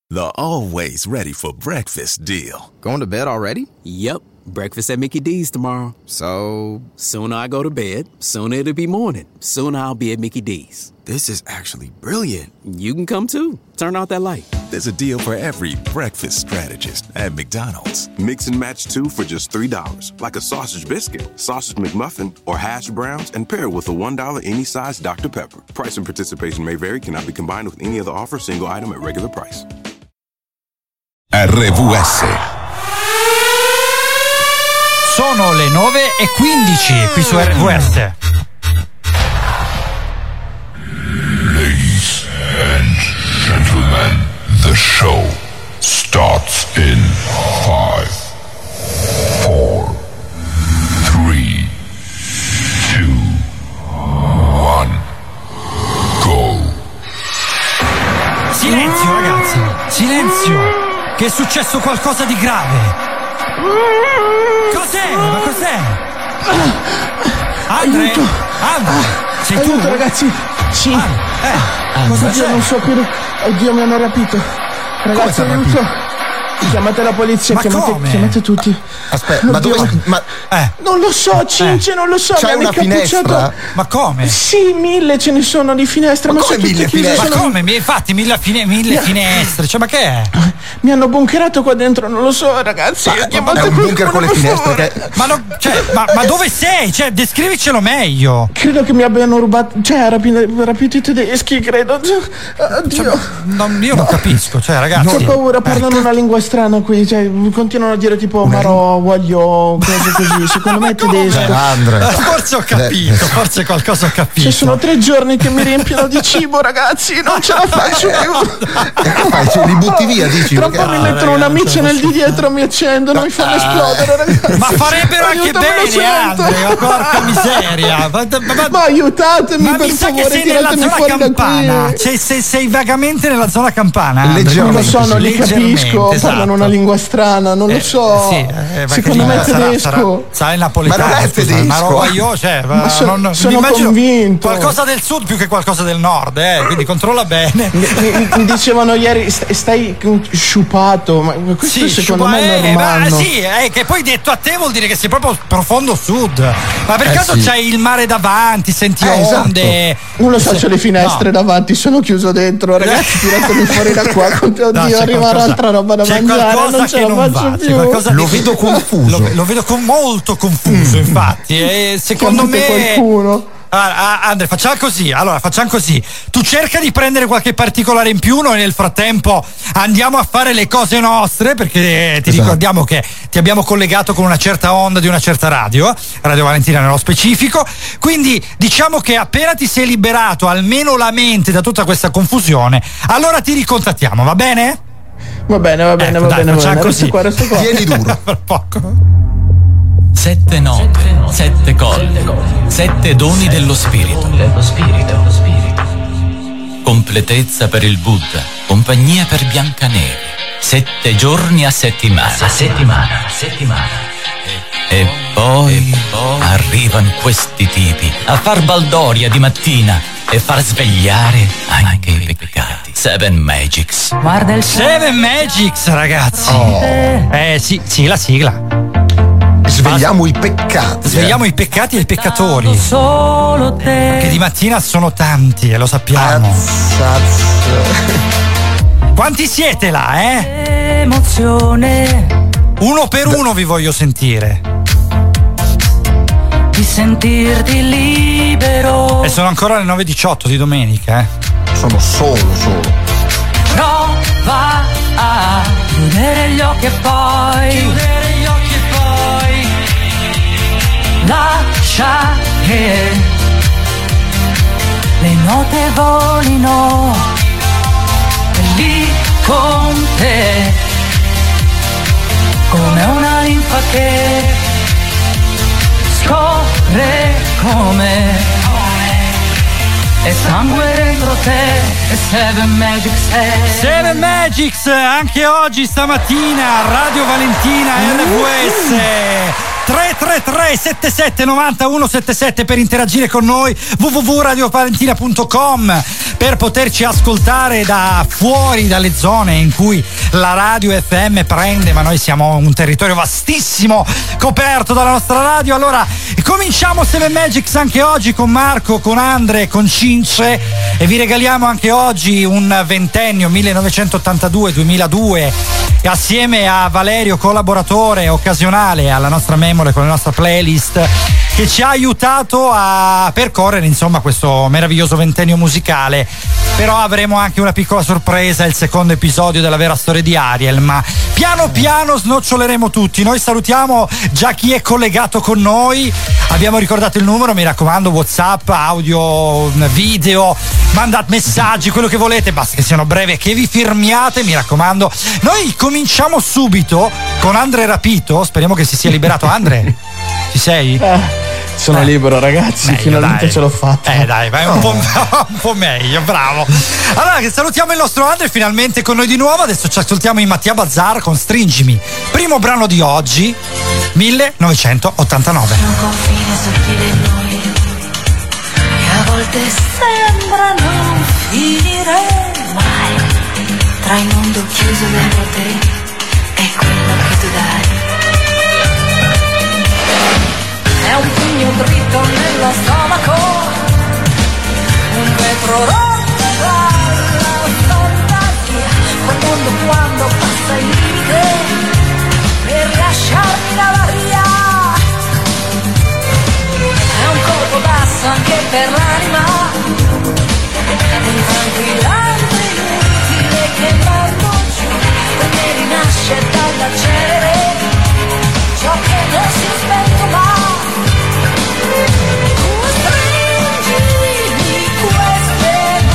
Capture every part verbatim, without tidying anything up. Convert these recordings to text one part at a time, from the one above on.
The always ready for breakfast deal. Going to bed already? Yep. Breakfast at Mickey D's tomorrow. So? Sooner I go to bed, sooner it'll be morning. Sooner I'll be at Mickey D's. This is actually brilliant. You can come too. Turn out that light. There's a deal for every breakfast strategist at McDonald's. Mix and match two for just three dollars. Like a sausage biscuit, sausage McMuffin, or hash browns, and pair it with a one dollar any size Doctor Pepper. Price and participation may vary, cannot be combined with any other offer, single item at regular price. R V S. Sono le nove e quindici qui su R V S. Ladies and gentlemen, the show starts in five, four, three, two, one, go. Silenzio ragazzi, silenzio, che è successo qualcosa di grave. Cos'è? Ma cos'è? Andre? Aiuto! Andre? Sei Aiuto, tu? ragazzi! Sì! Ah, eh, cosa Oddio, c'è? non so più. Oddio, mi hanno rapito. Ragazzi, Come aiuto! Chiamate la polizia, Ma chiamate, come? chiamate tutti. Aspetta, Oddio, ma dove... Ma... Eh, Non lo so, Cince, non lo so. C'hai mi hanno una incappucciato. finestra? ma come? Sì, mille ce ne sono di finestre, Ma ma, come sono tutte mille chiuse, finestre? Ma sono- come? Mi hai fatti mille, fine, mille Mi- finestre, cioè ma che è? Mi hanno bunkerato qua dentro, non lo so, ragazzi. Ma- chiamate è un bunker qualcuno, con le per finestre favore. che... Ma, no, cioè, ma, ma dove sei? Cioè, descrivicelo meglio. Credo che mi abbiano rubato, cioè rapito, rapito i tedeschi, credo. Oddio. Non- io non capisco, cioè ragazzi. Ho paura, parlano una lingua strana qui, cioè continuano a dire tipo Marò, voglio, cose così. Secondo me è tedesco. Andre. Eh, Forse ho capito, forse qualcosa ho capito. Cioè sono tre giorni che mi riempiono di cibo, ragazzi, non ce la faccio più. E che fai? Cioè, li butti via, dici? Tra un po' Perché- mi mettono una miccia nel di dietro, mi accendono, mi fanno esplodere, ragazzi. Ma farebbero anche Aiuto, me lo bene, sento. Andre, ma porca miseria. Ma, ma- ma- Ma aiutatemi, ma per mi sa che favore, sei nella tiratemi zona fuori da campana. qui. Cioè, sei, sei vagamente nella zona campana. Andre. Leggermente, Non lo so, non li Leggermente, capisco, esatto. parlano una lingua strana, non lo Eh, so. sì, eh, Secondo me è sarà- tedesco. Sarà, sarà il napoletano. Ma non è scusa, tedesco. Ma roba io, cioè, Ma so- non, sono mi immagino convinto. qualcosa del sud più che qualcosa del nord, eh, quindi controlla bene. Mi, mi- mi dicevano ieri st- stai sciupato, ma questo secondo sciupa- me è eh, normale. ma sì, eh, che poi detto a te vuol dire che sei proprio profondo sud. Ma per Eh, caso sì. c'hai il mare davanti, senti Eh, esatto. onde? Non lo so, c'ho le finestre No. davanti, sono chiuso dentro, ragazzi, tiratemi fuori da qua. Oddio, No, c'è arriva qualcosa- un'altra roba da c'è mangiare, qualcosa non ce che la non faccio va, c'è più. qualcosa Lo di- vedo confuso. Lo, lo vedo con molto confuso, infatti. E secondo Chiamate me. qualcuno. Ah, ah, Andre, facciamo così. Allora, facciamo così. Tu cerca di prendere qualche particolare in più, noi nel frattempo andiamo a fare le cose nostre, perché ti Esatto. ricordiamo che ti abbiamo collegato con una certa onda di una certa radio, Radio Valentina nello specifico. Quindi diciamo che appena ti sei liberato almeno la mente da tutta questa confusione, allora ti ricontattiamo, va bene? Va bene, va bene, Ecco, va dai, bene, va facciamo bene. così. Resto qua, resto qua. Tieni duro. Per poco. Sette note, sette colli, sette doni dello spirito. Completezza per il Buddha, compagnia per Biancaneve. Sette giorni a settimana. A settimana, a settimana. E poi, arrivano questi tipi a far baldoria di mattina e far svegliare anche i peccati. Seven Magics. Guarda il Seven Magics, ragazzi. Oh. Eh sì, sì, la sigla. Svegliamo i peccati. Svegliamo i peccati e i peccatori. solo te. Che di mattina sono tanti, e lo sappiamo. Quanti siete là, eh? Emozione Uno per uno vi voglio sentire. di sentirti libero. E sono ancora le nove e diciotto di domenica, eh. Sono solo, solo. Prova a chiudere gli occhi e poi Chiudere gli occhi e poi lascia che le note volino e lì con te come una linfa che scorre come e sangue dentro te e Seven Magics è Seven Magics anche oggi stamattina Radio Valentina R V S. tre tre tre sette sette nove uno sette sette per interagire con noi, w w w punto radio valentina punto com, per poterci ascoltare da fuori dalle zone in cui la radio F M prende, ma noi siamo un territorio vastissimo coperto dalla nostra radio. Allora cominciamo Seven Magics anche oggi con Marco, con Andre, con Cince, e vi regaliamo anche oggi un ventennio millenovecentottantadue duemiladue e assieme a Valerio, collaboratore occasionale alla nostra memoria con la nostra playlist, che ci ha aiutato a percorrere insomma questo meraviglioso ventennio musicale. Però avremo anche una piccola sorpresa, il secondo episodio della vera storia di Ariel, ma piano piano snoccioleremo tutti. Noi salutiamo già chi è collegato con noi, abbiamo ricordato il numero, mi raccomando, WhatsApp, audio, video, mandate messaggi, quello che volete, basta che siano brevi e che vi firmiate, mi raccomando. Noi cominciamo subito con Andre Rapito, speriamo che si sia liberato. Andre, ci sei? Eh. Sono eh. libero, ragazzi, meglio, finalmente dai. Ce l'ho fatta. Eh dai, vai, oh. un, po', un po' meglio, bravo. Allora, salutiamo il nostro Andre, finalmente con noi di nuovo. Adesso ci ascoltiamo in Mattia Bazzar con Stringimi, primo brano di oggi, millenovecentottantanove. C'è un confine sottile in noi, che a volte sembra non finire mai, tra il mondo chiuso dentro te e quello che tu dai. È un pugno dritto nello stomaco, un vetro rotto dalla fantasia, quel mondo quando passa il limite per lasciarmi la varia. È un colpo basso anche per l'anima, un tranquillante inutile che mando giù, perché rinasce dall'accelere ciò che non si è spento mai. Stringimi queste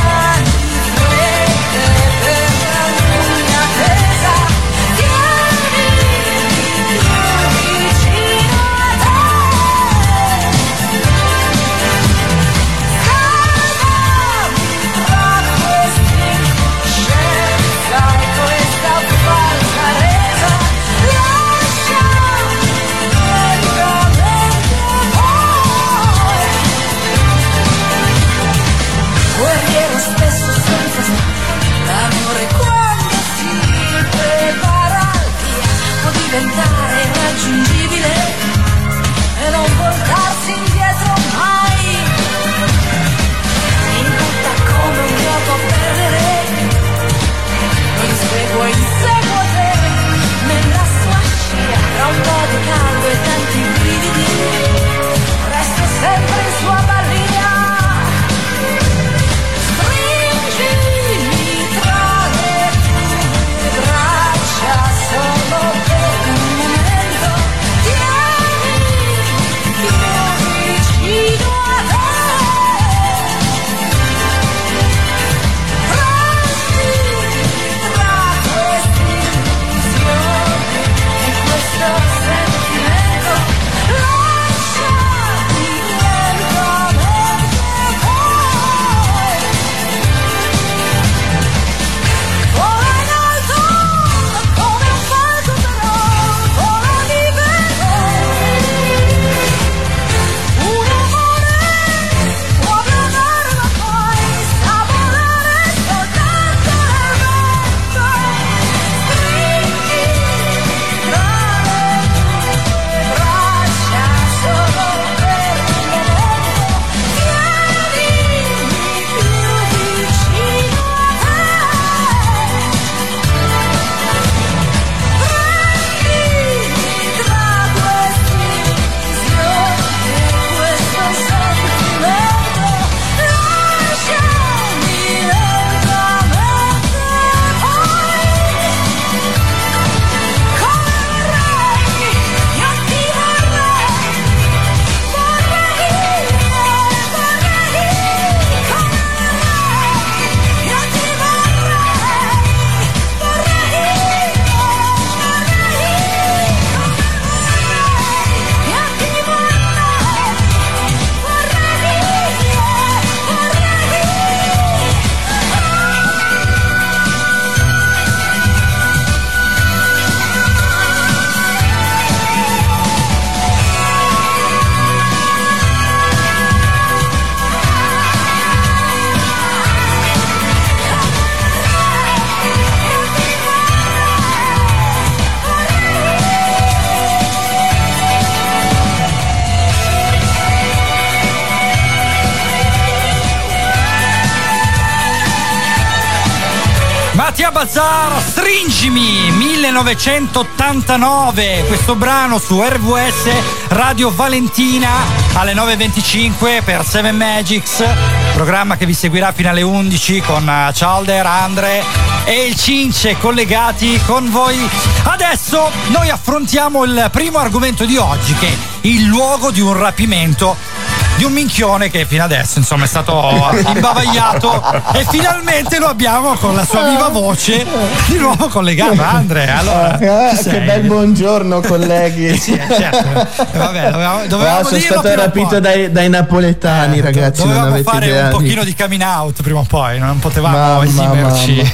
Mattia Bazzaro, Stringimi, millenovecentottantanove, questo brano su R V S Radio Valentina alle nove e venticinque per Seven Magics, programma che vi seguirà fino alle undici con Chalder, Andre e il Cince collegati con voi. Adesso noi affrontiamo il primo argomento di oggi, che è il luogo di un rapimento di un minchione che fino adesso insomma è stato imbavagliato e finalmente lo abbiamo con la sua viva voce di nuovo collegato. Andre, allora eh, che bel buongiorno colleghi. Sì, certo. Vabbè, dovevamo, dovevamo no, sono stato rapito dai, dai napoletani, eh, ragazzi. Dovevamo non avete fare idea un pochino di... di coming out prima o poi, non potevamo mamma, esimerci.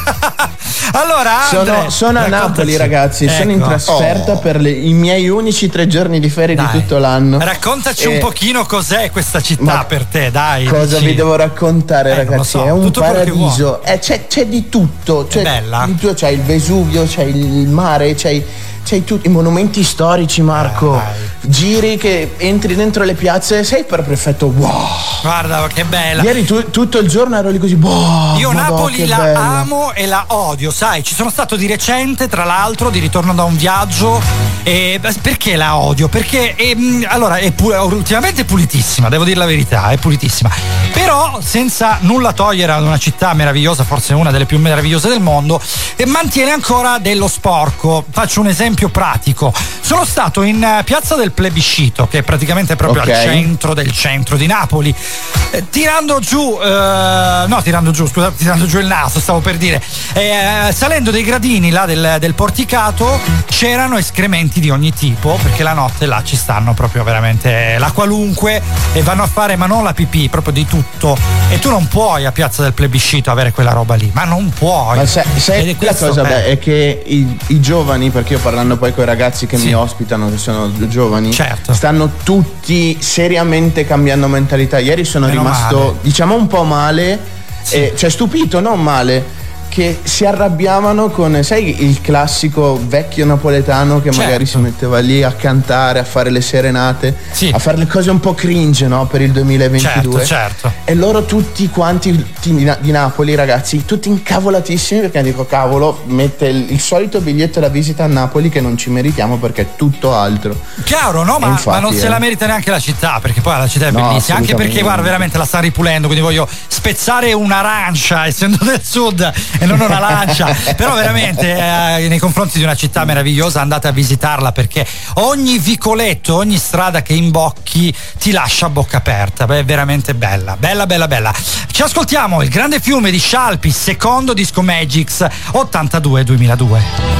Allora Andre, sono, sono a Napoli, ragazzi. Ecco. Sono in trasferta oh. per le, i miei unici tre giorni di ferie dai, di tutto l'anno. Raccontaci e... un pochino cos'è questa città per te, dai. Cosa dici? vi devo raccontare, eh, ragazzi? So. È un tutto paradiso. Eh, c'è, c'è di tutto. C'è, è bella. Di tutto. C'è il Vesuvio, c'è il mare, c'è, c'è tutti i monumenti storici, Marco. Eh, Giri che entri dentro le piazze, sei proprio effetto wow. Guarda che bella. Ieri tu, tutto il giorno ero lì così wow. Io Madò, Napoli la bella. amo e la odio, sai, ci sono stato di recente, tra l'altro, di ritorno da un viaggio. E perché la odio? Perché è, allora è pu- ultimamente è pulitissima, devo dire la verità, è pulitissima. Però senza nulla togliere ad una città meravigliosa, forse una delle più meravigliose del mondo, e mantiene ancora dello sporco. Faccio un esempio pratico. Sono stato in Piazza del Plebiscito, che è praticamente proprio okay. al centro del centro di Napoli. Eh, tirando giù, eh, no, tirando giù, scusa, tirando giù il naso, stavo per dire. Eh, salendo dei gradini là del, del porticato c'erano escrementi di ogni tipo, perché la notte là ci stanno proprio veramente la qualunque e vanno a fare, ma non la pipì, proprio di tutto. E tu non puoi a Piazza del Plebiscito avere quella roba lì, ma non puoi. Ma sai, sai la cosa è... beh, è che i, i giovani, perché io parlando poi con i ragazzi che sì. mi ospitano, che sono giovani, certo. stanno tutti seriamente cambiando mentalità. Ieri sono Meno rimasto, male. diciamo, un po' male, sì. eh, cioè stupito, non male, che si arrabbiavano con, sai, il classico vecchio napoletano che certo. magari si metteva lì a cantare, a fare le serenate, sì. a fare le cose un po' cringe, no? Per il duemilaventidue. Certo, certo. E loro tutti quanti di, di Napoli, ragazzi, tutti incavolatissimi, perché dico, cavolo, mette il, il solito biglietto da visita a Napoli che non ci meritiamo perché è tutto altro. Chiaro, no? Ma, infatti, ma non eh. se la merita neanche la città, perché poi la città è no, bellissima, anche perché guarda, veramente la sta ripulendo, quindi voglio spezzare un'arancia, essendo del sud e non una lancia, però veramente eh, nei confronti di una città meravigliosa andate a visitarla, perché ogni vicoletto, ogni strada che imbocchi ti lascia a bocca aperta. Beh, è veramente bella, bella, bella, bella. Ci ascoltiamo Il Grande Fiume di Scialpi, secondo disco Magix ottantadue duemiladue.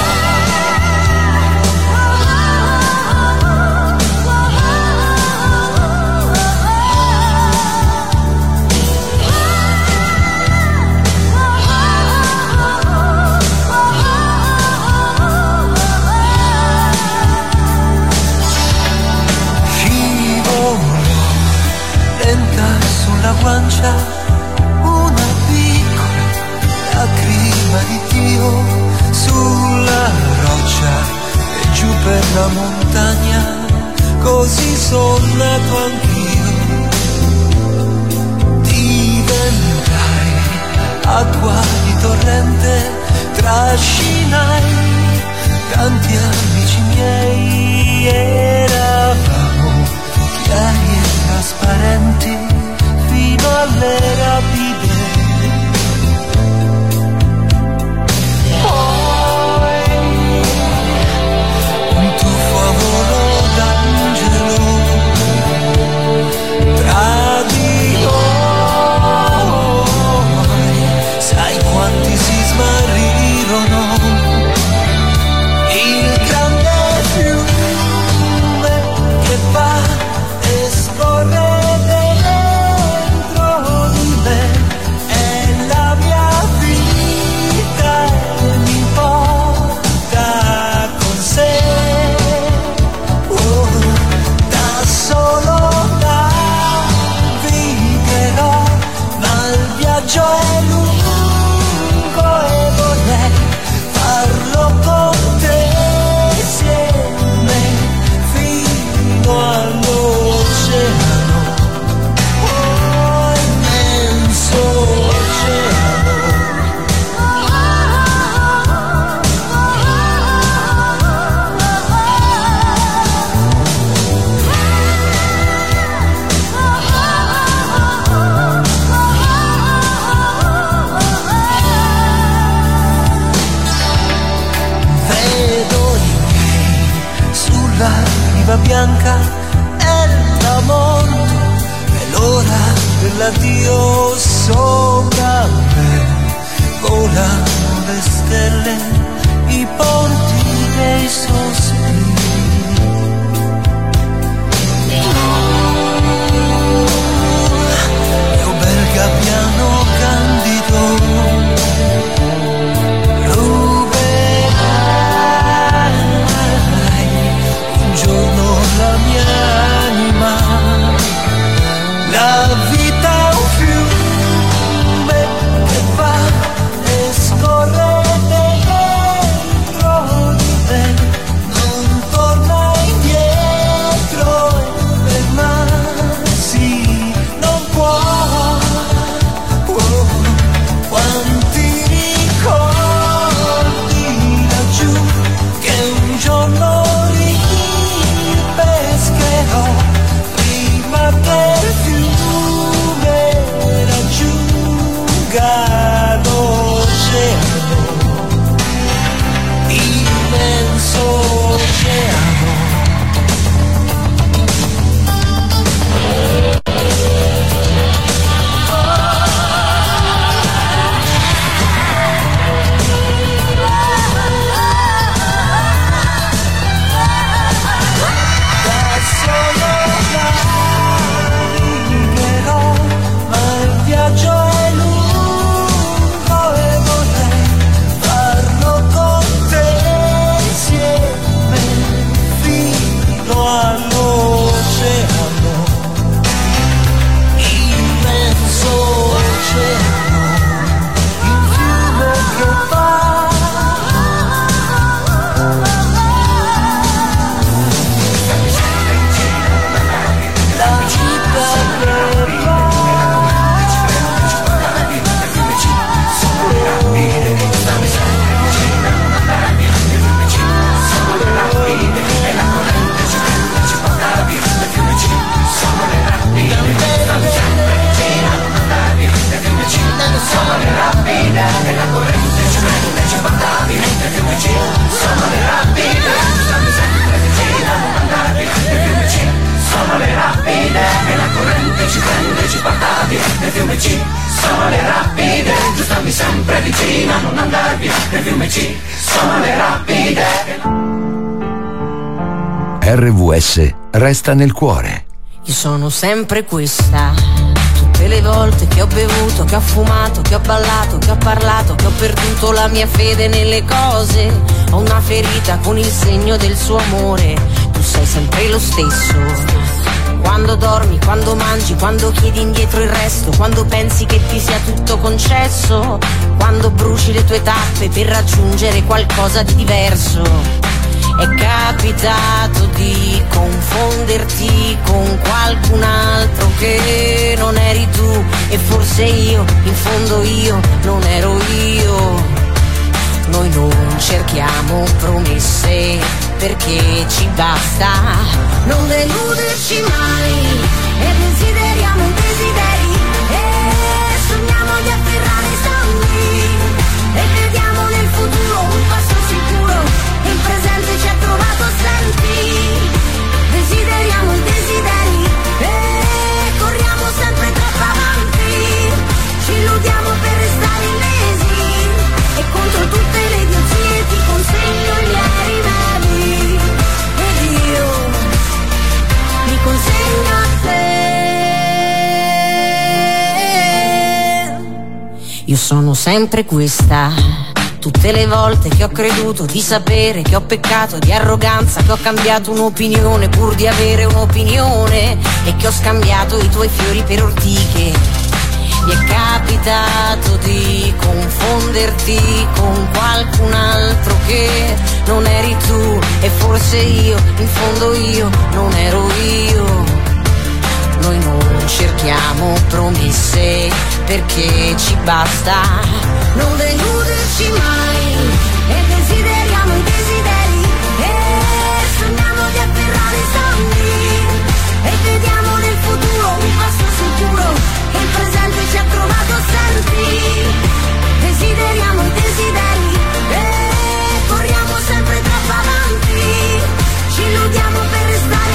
Una piccola lacrima di Dio sulla roccia e giù per la montagna, così sono nato anch'io. Diventai acqua di torrente, trascinai tanti amici miei, eravamo chiari e trasparenti fino alle rapide. Poi un tuffo a volo d'angelo tra di noi, sai quanti si smarrirono. Il grande fiume che va e scorre dentro di me, riva bianca è l'amore, è l'ora dell'addio sopra me, volano le stelle, i ponti dei sospiri. Mio bel gabbiano candido, la mia anima, la vita è un fiume che va e scorre dentro di te, non torna indietro e fermarsi non può. Oh, quanti ricordi laggiù che un giorno prima che il fiume raggiunga l'oceano, immenso oceano. Sono le rapide, giustami sempre vicina, non andar via, nel fiume C, sono le rapide. R V S resta nel cuore. Io sono sempre questa, tutte le volte che ho bevuto, che ho fumato, che ho ballato, che ho parlato, che ho perduto la mia fede nelle cose. Ho una ferita con il segno del suo amore, tu sei sempre lo stesso. Quando dormi, quando mangi, quando chiedi indietro il resto, quando pensi che ti sia tutto concesso, quando bruci le tue tappe per raggiungere qualcosa di diverso. È capitato di confonderti con qualcun altro che non eri tu, e forse io, in fondo io, non ero io. Noi non cerchiamo promesse perché ci basta non deluderci mai, e desideriamo i desideri e sogniamo di afferrare i sogni, e crediamo nel futuro un passo sicuro, e il presente ci ha trovato assenti. Desideriamo i desideri e corriamo sempre troppo avanti, ci illudiamo per restare illesi, e contro tutte le idiozie ti consegno i miei rimedi, ed io mi consegno a te. Io sono sempre questa, tutte le volte che ho creduto di sapere, che ho peccato di arroganza, che ho cambiato un'opinione pur di avere un'opinione, e che ho scambiato i tuoi fiori per ortiche. Mi è capitato di confonderti con qualcun altro che non eri tu, e forse io, in fondo io, non ero io. Noi non cerchiamo promesse perché ci basta non deluderci mai, e desideriamo i desideri e sogniamo di afferrare i sogni, e vediamo nel futuro un passo sicuro, che il presente ci ha trovato assenti. Desideriamo i desideri e corriamo sempre troppo avanti, ci illudiamo per restare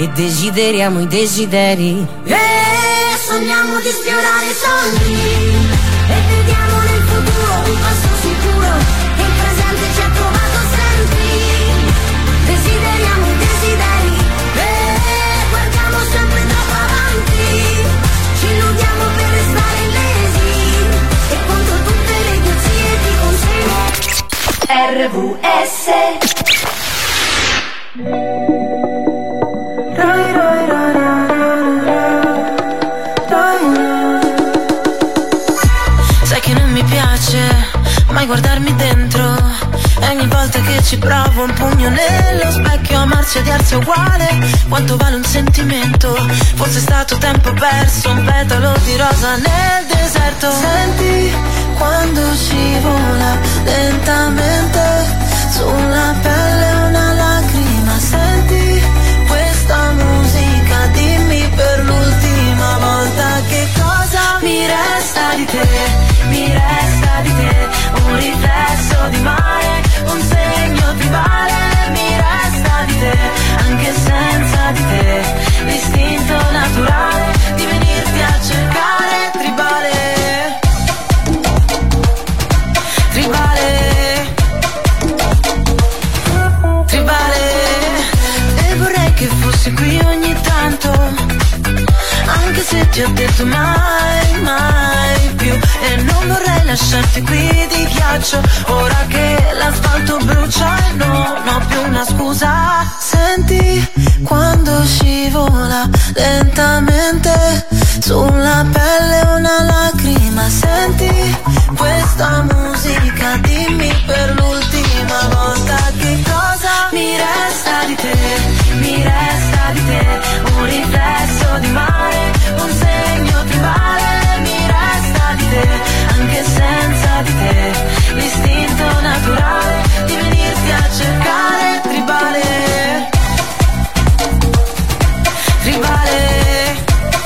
e desideriamo i desideri. E sogniamo di sfiorare i sogni e vediamo nel futuro un passo sicuro che il presente ci ha trovato sempre. Desideriamo i desideri e guardiamo sempre troppo avanti. Ci illudiamo per restare illesi e contro tutte le idiozie di consiglio. R V S. Sai che non mi piace mai guardarmi dentro, e ogni volta che ci provo un pugno nello specchio. Amarsi e odiarsi è uguale, quanto vale un sentimento? Forse è stato tempo perso, un petalo di rosa nel deserto. Senti quando scivola lentamente sulla pelle una lacrima. Senti questa musica, dimmi per l'ultima volta che cosa mi resta di te, mi resta di te, un riflesso di mare, un segno tribale. Mi resta di te, anche senza di te, l'istinto naturale di venirti a cercare. Tribale, tribale, tribale. E vorrei che fossi qui ogni tanto, anche se ti ho detto mai, mai più. E non vorrei lasciarti qui di ghiaccio, ora che l'asfalto brucia e non ho più una scusa. Senti quando scivola lentamente sulla pelle una lacrima. Senti questa musica, dimmi per l'ultima volta che cosa mi resta di te, mi resta di te, un riflesso di mare, un segno tribale. Mi resta di te, anche senza di te, l'istinto naturale di venirti a cercare. Tribale, tribale,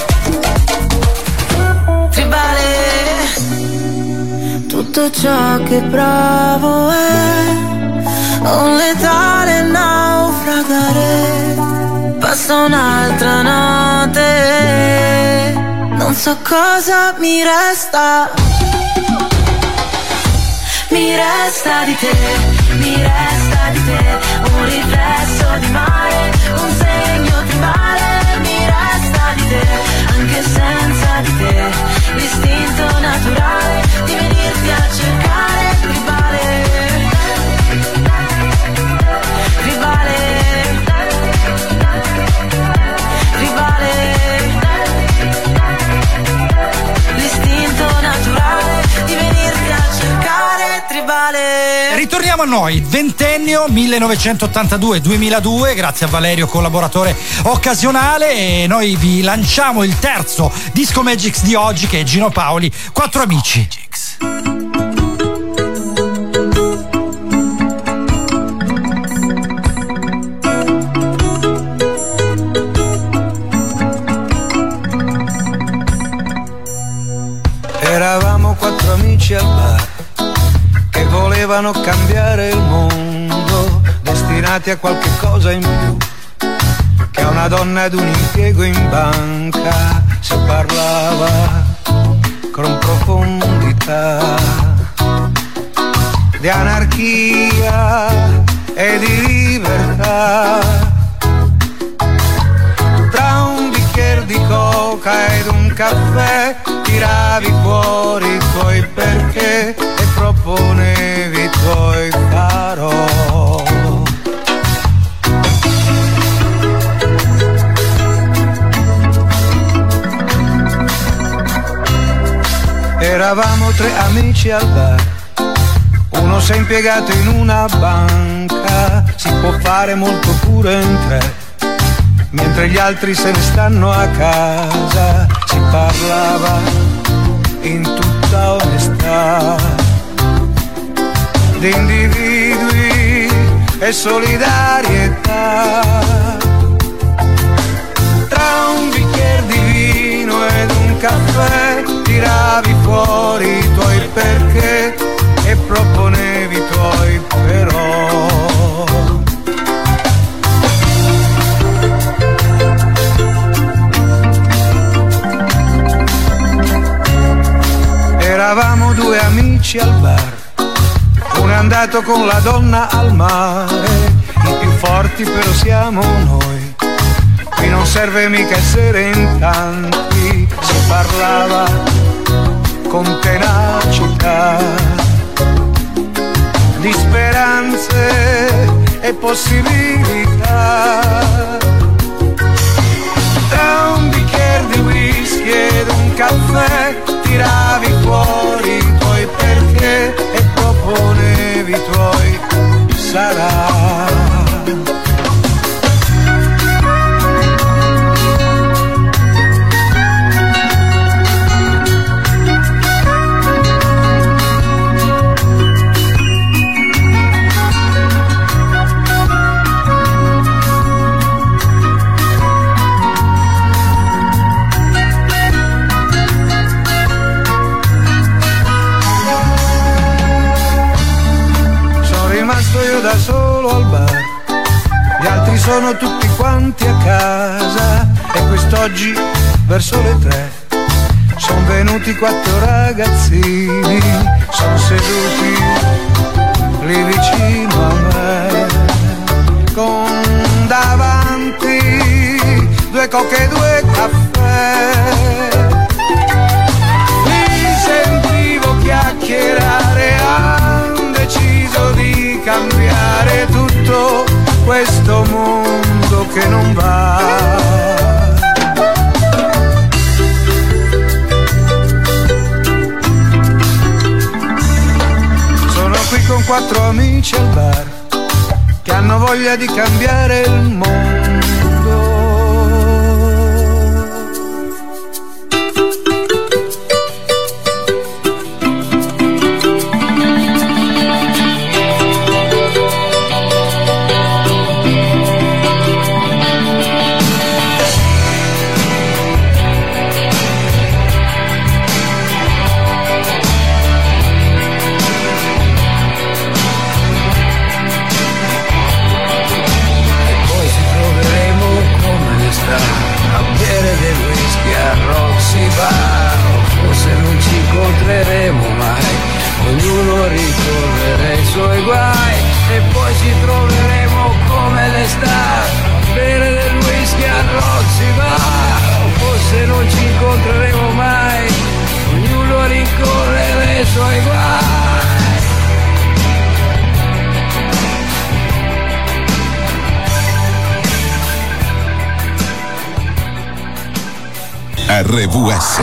tribale. Tutto ciò che provo è un letale naufragare. Passa un'altra notte, non so cosa mi resta. Mi resta di te, mi resta di te, un riflesso di mare, un segno tribale. Mi resta di te, anche senza di te, l'istinto naturale di venirti a cercare. Tribale, tribale, tribale, l'istinto naturale di venirti a cercare. Tribale. Ritorniamo a noi, ventennio millenovecentottantadue duemiladue, grazie a Valerio, collaboratore occasionale, e noi vi lanciamo il terzo Disco Magics di oggi, che è Gino Paoli, Quattro amici. Eravamo quattro amici al bar che volevano cambiare il mondo, destinati a qualche cosa in più che a una donna ed un impiego in banca. Si parlava con profondità di anarchia e di libertà, tra un bicchiere di coca ed un caffè tiravi fuori i tuoi perché e proponevi i tuoi farò. Eravamo tre amici al bar, uno si è impiegato in una banca, si può fare molto pure in tre, mentre gli altri se ne stanno a casa. Si parlava in tutta onestà di individui e solidarietà, tra un bicchiere di vino ed un caffè tiravi fuori i tuoi perché e proponevi i tuoi però. amici al bar, uno è andato con la donna al mare, i più forti però siamo noi, qui non serve mica essere in tanti, si parlava con tenacità di speranze e possibilità. Da un bicchiere di whisky ed un caffè tiravi fuori i tuoi perché e proponevi i tuoi sarà. Io da solo al bar, gli altri sono tutti quanti a casa e quest'oggi verso le tre sono venuti quattro ragazzini, sono seduti lì vicino a me, con davanti due coche e due caffè. Li sentivo chiacchierare, han deciso di cambiare tutto questo mondo che non va. Sono qui con quattro amici al bar che hanno voglia di cambiare il mondo. Forse non ci incontreremo mai, ognuno ricorrerà i suoi guai e poi ci troveremo come le star a bere del whisky a Roxy Bar. Forse non ci incontreremo mai, ognuno rincorrerà i suoi guai. R V S.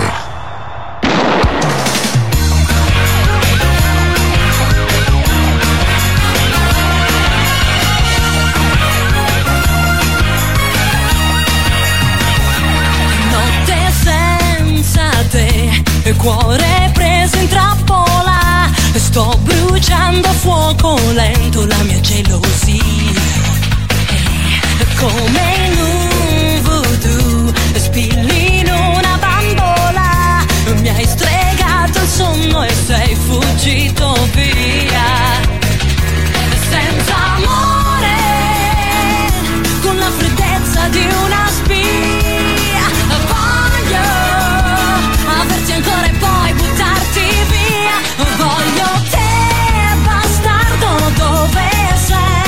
Notte senza te, il cuore preso in trappola, sto bruciando a fuoco lento la mia gelosia. Come in un voodoo, spilli in una bambola, mi hai stregato il sonno e sei fuggito via. Senza amore, con la freddezza di una spia, voglio averti ancora e poi buttarti via. Voglio te, bastardo, dove sei?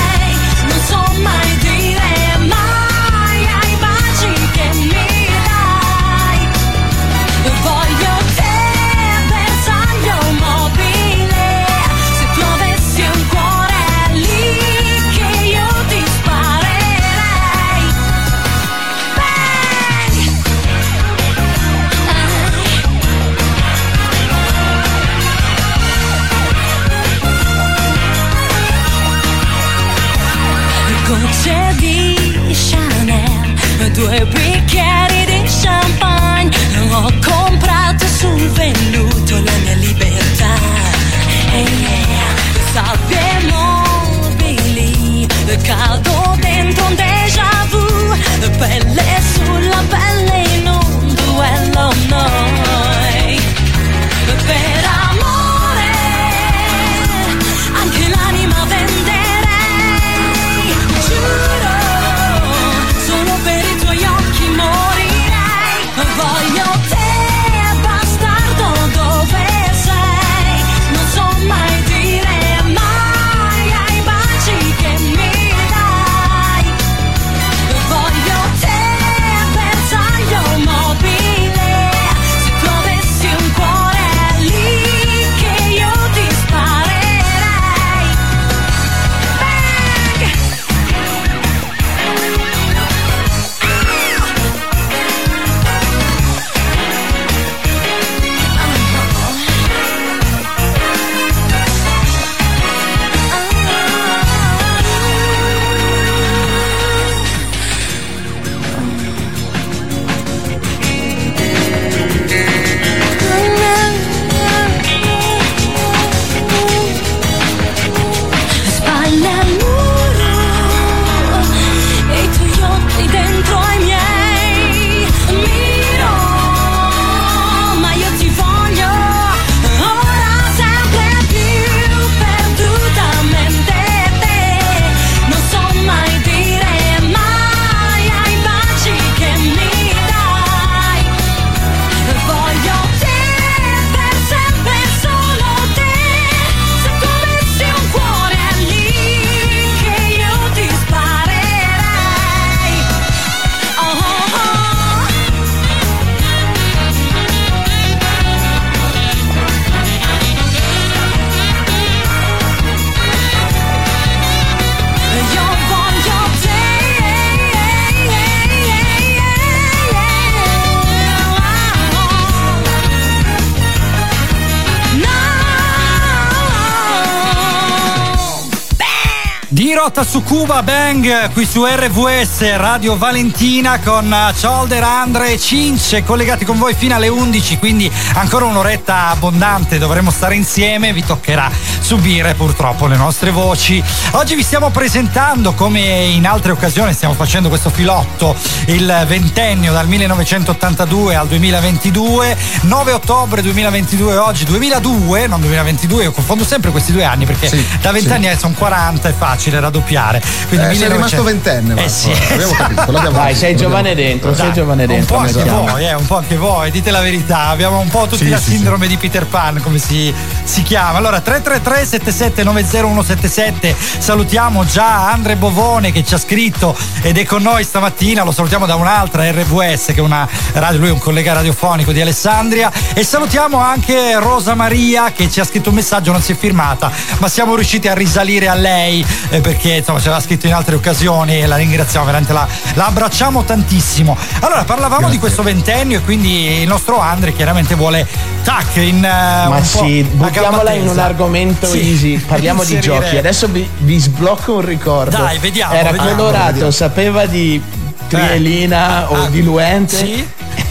rotta su Cuba Bang qui su R V S Radio Valentina con Cholder, Andre e Cince collegati con voi fino alle undici, quindi ancora un'oretta abbondante, dovremo stare insieme, vi toccherà subire purtroppo le nostre voci. Oggi vi stiamo presentando, come in altre occasioni stiamo facendo questo filotto, il ventennio dal millenovecentottantadue al duemilaventidue, nove ottobre duemilaventidue oggi, duemiladue, non duemilaventidue, io confondo sempre questi due anni perché sì, da vent'anni sì. sono quaranta, è facile raddoppiare. Quindi eh, millenovecento... sei rimasto ventenne, Marco. Eh sì. Abbiamo capito, l'abbiamo Dai, sei giovane dentro, Dai, sei giovane dentro. Un po' anche voi, eh, un po' anche voi, dite la verità, abbiamo un po' tutti sì, la sì, sindrome sì. di Peter Pan, come si, si chiama. Allora, tre tre tre sette sette nove zero uno sette sette, salutiamo già Andre Bovone che ci ha scritto ed è con noi stamattina, lo salutiamo da un'altra R V S che è una radio, lui è un collega radiofonico di Alessandria, e salutiamo anche Rosa Maria che ci ha scritto un messaggio, non si è firmata, ma siamo riusciti a risalire a lei eh, perché insomma ce l'ha scritto in altre occasioni e la ringraziamo, veramente la, la abbracciamo tantissimo. Allora, parlavamo Grazie. di questo ventennio e quindi il nostro Andre chiaramente vuole tac in uh, ma sì, buttiamola in un argomento sì. easy, parliamo di giochi. Adesso vi, vi sblocco un ricordo. Dai, vediamo. Era vediamo, colorato, vediamo. sapeva di trielina eh. o ah, diluente. Sì.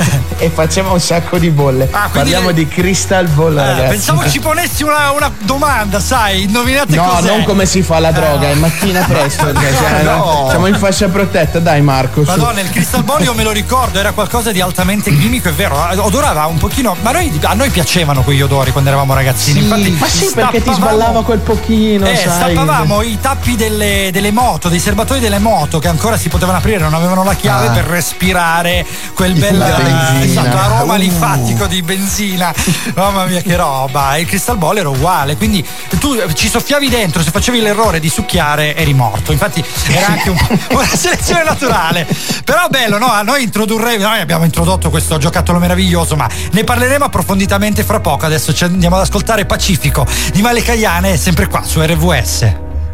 E faceva un sacco di bolle. Ah, parliamo le... di Crystal Ball, eh, ragazzi. Pensavo ci ponessi una, una domanda, sai, indovinate no, cos'è. No, non come si fa la droga, è mattina presto. Cioè, no. Siamo in fascia protetta, dai Marco. Madonna, il Crystal Ball io me lo ricordo, era qualcosa di altamente chimico, è vero, odorava un pochino, ma noi, a noi piacevano quegli odori quando eravamo ragazzini. Sì, infatti ma sì, perché ti sballava quel pochino, eh, sai. Stappavamo i tappi delle, delle moto, dei serbatoi delle moto che ancora si potevano aprire, non avevano la chiave ah. per respirare quel bel esatto, aroma uh. linfatico di benzina. Mamma mia che roba. Il Crystal Ball era uguale, quindi tu ci soffiavi dentro, se facevi l'errore di succhiare eri morto, infatti era anche un, una selezione naturale, però bello, no? A noi introdurremo, noi abbiamo introdotto questo giocattolo meraviglioso, ma ne parleremo approfonditamente fra poco. Adesso ci andiamo ad ascoltare Pacifico di Male Caiane, sempre qua su R V S.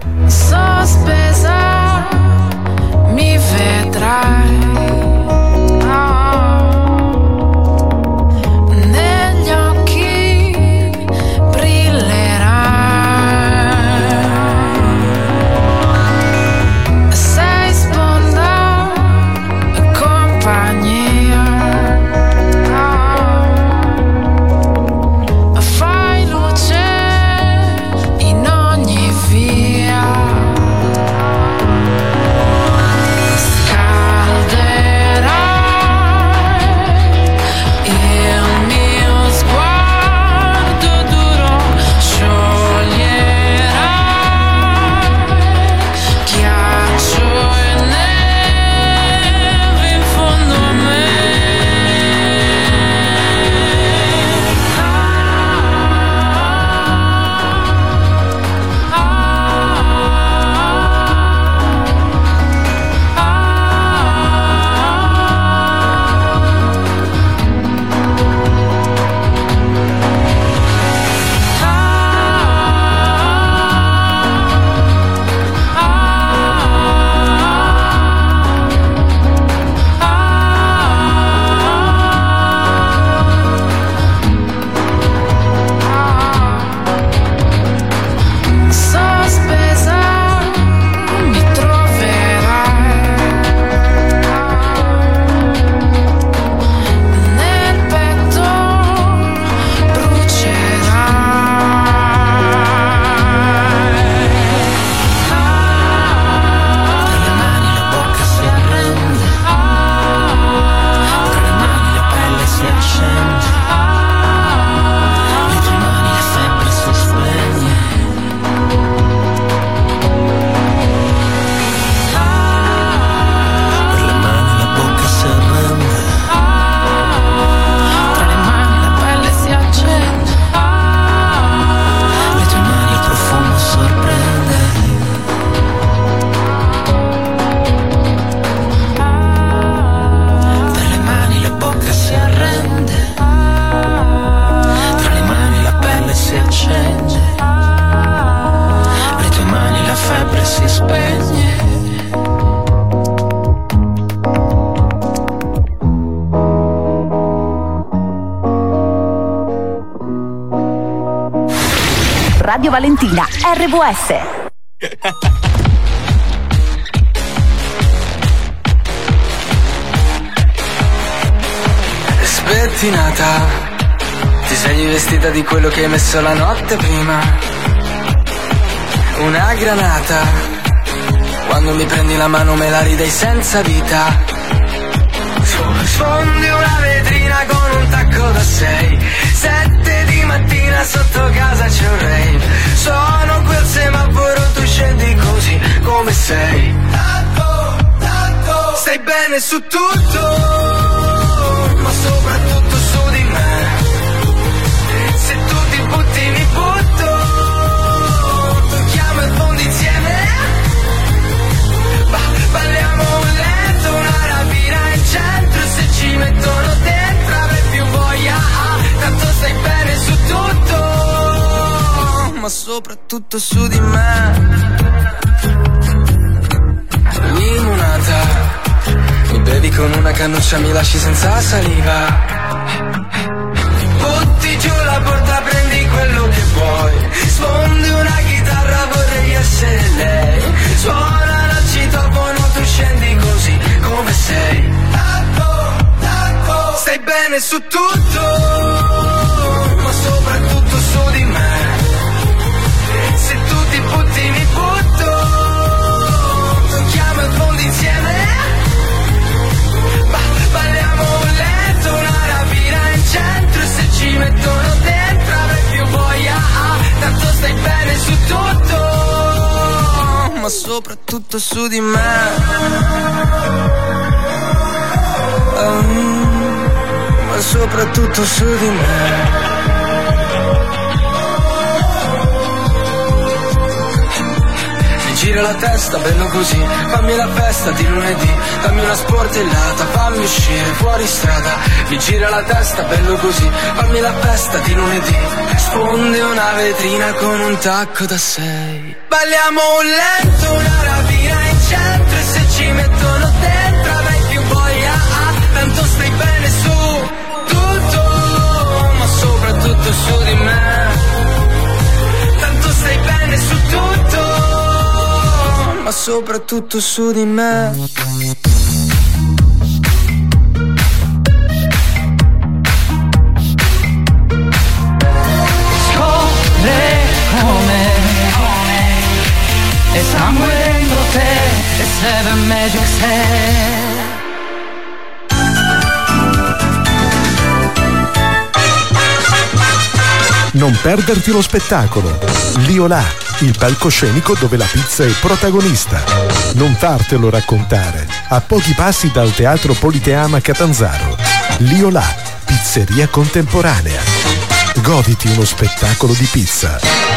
Sospesa mi vedrai Radio Valentina R V S. pettinata, ti svegli vestita di quello che hai messo la notte prima. Una granata, quando mi prendi la mano me la ridei senza vita. Sfondi una vetrina con un tacco da sei, sette di mattina sotto casa c'è un rave. Sono quel semaforo, tu scendi così come sei. Tanto, tanto, stai bene su tutto, ma soprattutto su di me. Se tu ti butti mi butto, tocchiamo il fondo insieme. Ba- balliamo un letto, una rapina in centro. Se ci mettono dentro avrei più voglia. Tanto stai bene su tutto, ma soprattutto su di me. Limonata, mi bevi con una cannuccia, mi lasci senza saliva. Butti giù la porta, prendi quello che vuoi. Sfondi una chitarra, vorrei essere lei. Suona il citofono, tu scendi così come sei. Tanto, tanto, stai bene su tutto, ma soprattutto su di me. Se tu ti butti mi butto, tocchiamo il fondo insieme. Ba- balliamo un letto, una rapina in centro. Se ci mettono dentro avrei più voglia. Tanto stai bene su tutto, ma soprattutto su di me. Um, ma soprattutto su di me. Gira la testa, bello così, fammi la festa di lunedì, dammi una sportellata, fammi uscire fuori strada. Mi gira la testa, bello così, fammi la festa di lunedì. Sfonde una vetrina con un tacco da sei. Balliamo un letto, una rapina in centro. E se ci mettono dentro avrai più voglia. Tanto stai bene su tutto, ma soprattutto su di me. Tanto stai bene su tutto, ma soprattutto su di me. Scorre come e sangue dentro te e seven magic set. Non perderti lo spettacolo. Liolà, il palcoscenico dove la pizza è protagonista. Non fartelo raccontare. A pochi passi dal Teatro Politeama Catanzaro. Liolà, pizzeria contemporanea. Goditi uno spettacolo di pizza.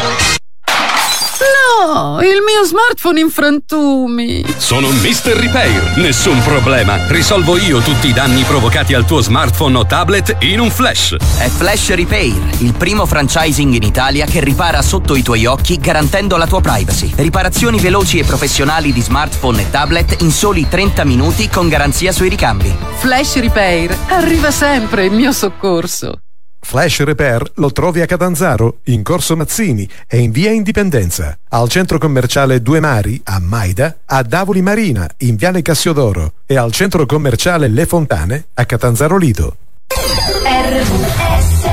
No, il mio smartphone in frantumi. Sono mister Repair, nessun problema. Risolvo io tutti i danni provocati al tuo smartphone o tablet in un flash. È Flash Repair, il primo franchising in Italia che ripara sotto i tuoi occhi garantendo la tua privacy. Riparazioni veloci e professionali di smartphone e tablet in soli trenta minuti con garanzia sui ricambi. Flash Repair, arriva sempre in mio soccorso. Flash Repair lo trovi a Catanzaro, in Corso Mazzini e in via Indipendenza, al centro commerciale Due Mari a Maida, a Davoli Marina in viale Cassiodoro e al centro commerciale Le Fontane a Catanzaro Lido. R V S.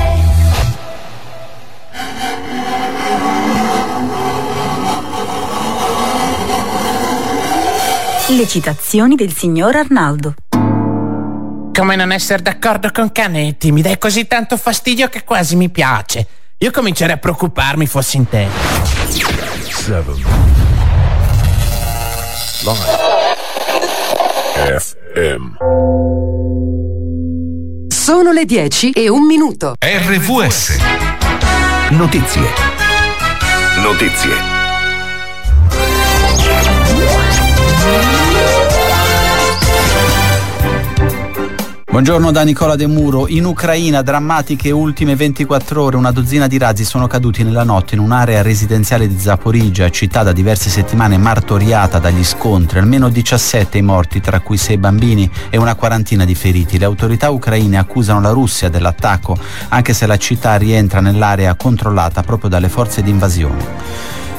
Le citazioni del signor Arnaldo. Come non essere d'accordo con Canetti? Mi dai così tanto fastidio che quasi mi piace. Io comincerei a preoccuparmi fossi in te. Seven. Live. F M. Sono le dieci e un minuto. R V S. Notizie. Notizie. Buongiorno da Nicola De Muro. In Ucraina, drammatiche ultime ventiquattro ore, una dozzina di razzi sono caduti nella notte in un'area residenziale di Zaporizhzhia, città da diverse settimane martoriata dagli scontri. Almeno diciassette i morti, tra cui sei bambini e una quarantina di feriti. Le autorità ucraine accusano la Russia dell'attacco, anche se la città rientra nell'area controllata proprio dalle forze di invasione.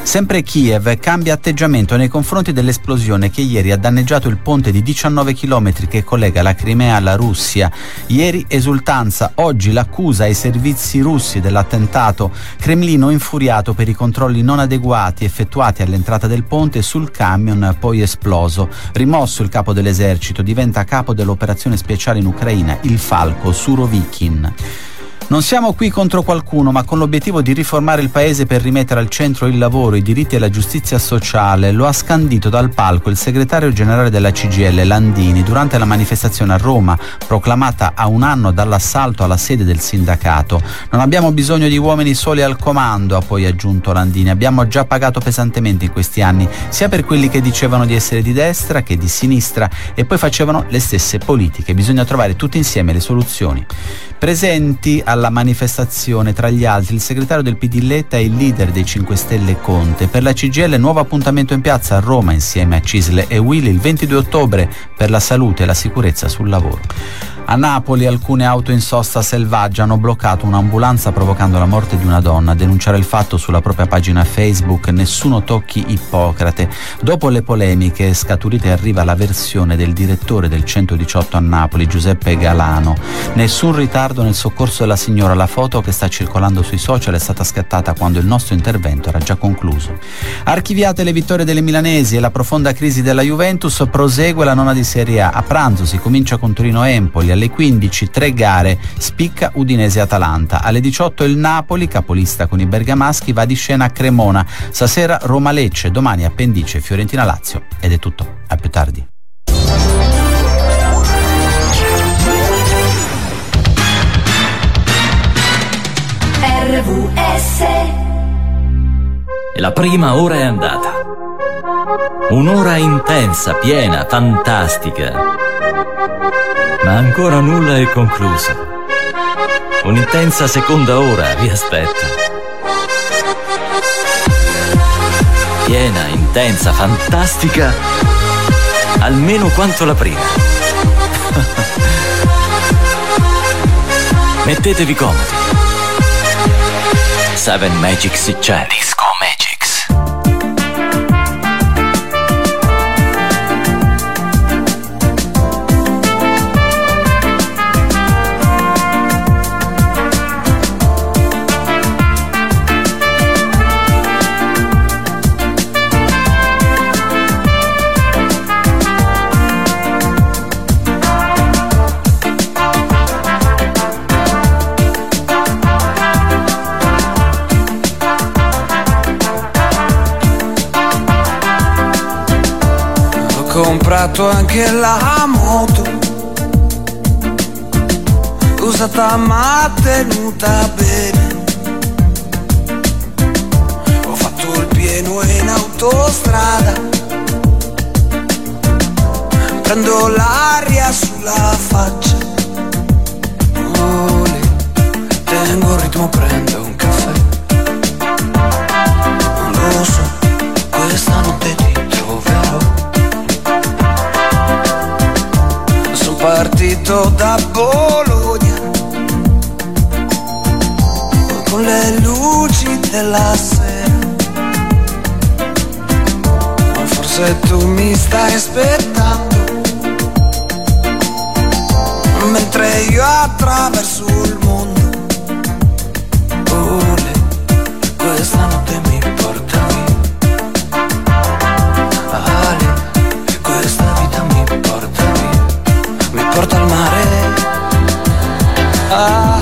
Sempre Kiev cambia atteggiamento nei confronti dell'esplosione che ieri ha danneggiato il ponte di diciannove chilometri che collega la Crimea alla Russia. Ieri esultanza, oggi l'accusa ai servizi russi dell'attentato. Cremlino infuriato per i controlli non adeguati effettuati all'entrata del ponte sul camion poi esploso. Rimosso il capo dell'esercito, diventa capo dell'operazione speciale in Ucraina, il Falco Surovikin. Non siamo qui contro qualcuno, ma con l'obiettivo di riformare il paese per rimettere al centro il lavoro, i diritti e la giustizia sociale. Lo ha scandito dal palco il segretario generale della C G I L, Landini, durante la manifestazione a Roma, proclamata a un anno dall'assalto alla sede del sindacato. Non abbiamo bisogno di uomini soli al comando, ha poi aggiunto Landini. Abbiamo già pagato pesantemente in questi anni, sia per quelli che dicevano di essere di destra che di sinistra e poi facevano le stesse politiche. Bisogna trovare tutti insieme le soluzioni. Presenti alla manifestazione, tra gli altri, il segretario del P D Letta e il leader dei cinque Stelle Conte. Per la C G I L nuovo appuntamento in piazza a Roma insieme a Cisle e Willy il ventidue ottobre per la salute e la sicurezza sul lavoro. A Napoli alcune auto in sosta selvaggia hanno bloccato un'ambulanza provocando la morte di una donna. A denunciare il fatto sulla propria pagina Facebook Nessuno tocchi Ippocrate. Dopo le polemiche scaturite arriva la versione del direttore del centodiciotto a Napoli, Giuseppe Galano. Nessun ritardo nel soccorso della signora. La foto che sta circolando sui social è stata scattata quando il nostro intervento era già concluso. Archiviate le vittorie delle milanesi e la profonda crisi della Juventus, prosegue la nona di Serie A. A pranzo si comincia con Torino-Empoli. Alle quindici tre gare, spicca Udinese-Atalanta. Alle diciotto il Napoli, capolista con i bergamaschi, va di scena a Cremona. Stasera Roma-Lecce, domani Appendice, Fiorentina-Lazio. Ed è tutto, a più tardi. R V S. E la prima ora è andata. Un'ora intensa, piena, fantastica. Ma ancora nulla è concluso. Un'intensa seconda ora vi aspetta. Piena, intensa, fantastica, almeno quanto la prima. Mettetevi comodi. Seven Magics c'è. Disco Magics. Ho comprato anche la moto, usata ma tenuta bene. Ho fatto il pieno in autostrada, prendo l'aria sulla faccia. Oh, lì, tengo il ritmo, prendo un caffè. Lo so, questa notte ti troverò. Sono partito da Bologna con le luci della sera. Ma forse tu mi stai aspettando, mentre io attraverso il mondo. Oh, le, questa notte mi porta via. Ah, le, questa vita mi porta via. Mi porta al mare. Ah,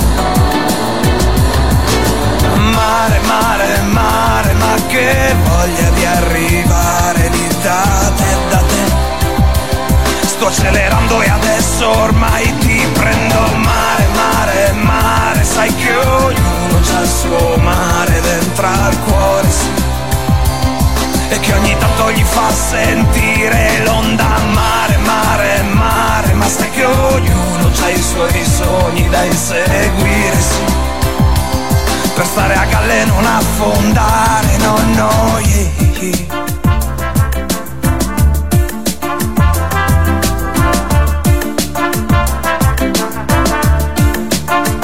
mare, mare, mare, ma che voglia di arrivare lì da te, da te. Sto accelerando e adesso ormai ti prendo. Mare, mare, mare, sai che ognuno c'ha il suo mare dentro al cuore, sì. E che ogni tanto gli fa sentire l'onda. Mare, mare, mare, ma sai che ognuno c'ha i suoi sogni da inseguire, sì. Per stare a galla e non affondare, no, no, yeah.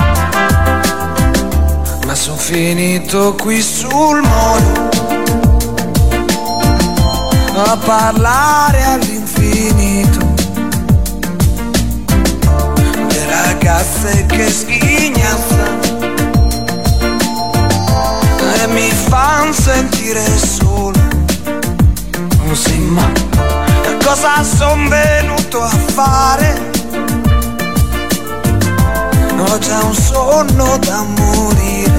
Ma son finito qui sul molo, a parlare all'infinito. Le ragazze che sghignazzano e mi fan sentire solo. Non si ma cosa son venuto a fare? Ho già un sonno da morire.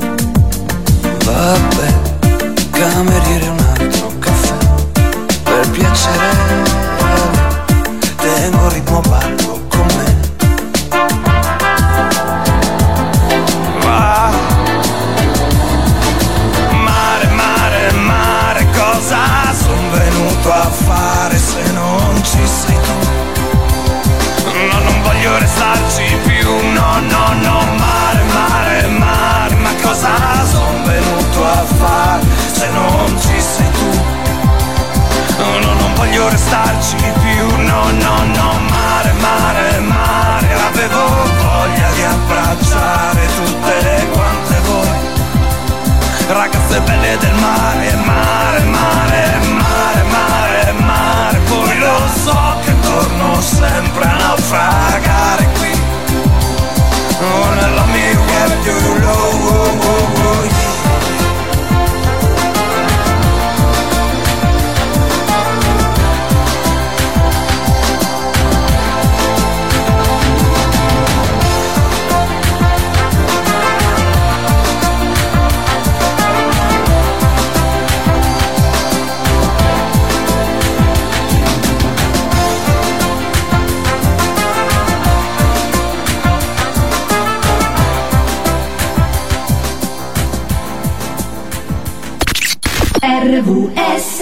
Vabbè, cameriere un altro caffè. Per piacere, tengo ritmo ballo con me. Va. Mare, mare, mare, cosa son venuto a fare se non ci sei tu? No, non voglio restarci più, no, no, no. Mare, mare, mare, ma cosa son venuto a fare se non ci sei tu? No, no, non voglio restarci più, no, no, no. Mare, mare, mare, avevo voglia di abbracciare tutte quante voi, ragazze belle del mare, mare, mare, mare, mare, mare. Poi lo so che torno sempre a naufragare qui. Oh, let me get you low, oh, oh, oh, yeah. R V S.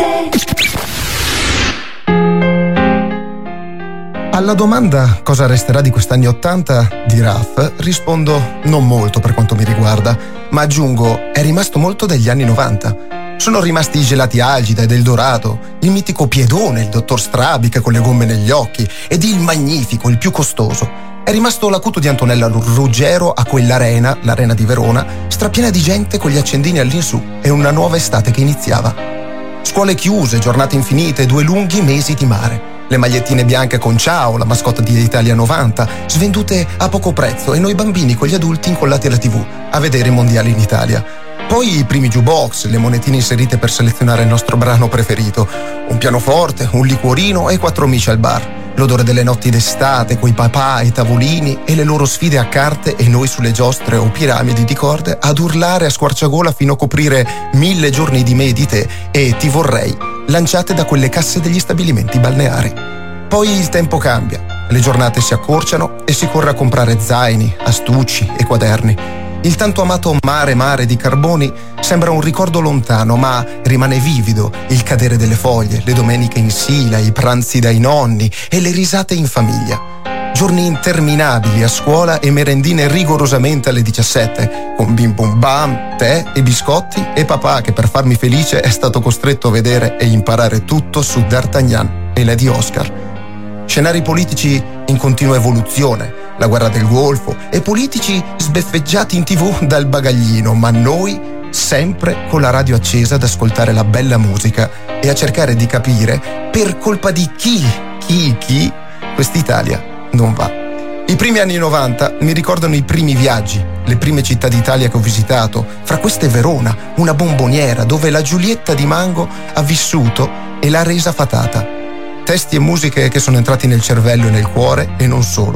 Alla domanda cosa resterà di quest'anni ottanta di Raf rispondo non molto per quanto mi riguarda, ma aggiungo è rimasto molto degli anni novanta. Sono rimasti i gelati Algida ed Eldorado, il mitico piedone, il dottor Strabica con le gomme negli occhi ed il magnifico, il più costoso. È rimasto l'acuto di Antonella Ruggero a quell'arena, l'arena di Verona, strapiena di gente con gli accendini all'insù e una nuova estate che iniziava. Scuole chiuse, giornate infinite, due lunghi mesi di mare. Le magliettine bianche con Ciao, la mascotte di Italia novanta, svendute a poco prezzo e noi bambini con gli adulti incollati alla tivù a vedere i mondiali in Italia. Poi i primi jukebox, le monetine inserite per selezionare il nostro brano preferito, un pianoforte, un liquorino e quattro amici al bar. L'odore delle notti d'estate, coi papà e tavolini e le loro sfide a carte e noi sulle giostre o piramidi di corde ad urlare a squarciagola fino a coprire mille giorni di me e di te e ti vorrei, lanciate da quelle casse degli stabilimenti balneari. Poi il tempo cambia, le giornate si accorciano e si corre a comprare zaini, astucci e quaderni. Il tanto amato mare mare di Carboni sembra un ricordo lontano, ma rimane vivido il cadere delle foglie, le domeniche in Sila, i pranzi dai nonni e le risate in famiglia. Giorni interminabili a scuola e merendine rigorosamente alle diciassette, con bim bum bam, tè e biscotti e papà che per farmi felice è stato costretto a vedere e imparare tutto su D'Artagnan e Lady Oscar. Scenari politici in continua evoluzione, la guerra del Golfo e politici sbeffeggiati in tivù dal bagaglino, ma noi sempre con la radio accesa ad ascoltare la bella musica e a cercare di capire per colpa di chi, chi, chi quest'Italia non va. I primi anni novanta mi ricordano i primi viaggi, le prime città d'Italia che ho visitato, fra queste Verona, una bomboniera dove la Giulietta di Mango ha vissuto e l'ha resa fatata. Testi e musiche che sono entrati nel cervello e nel cuore e non solo.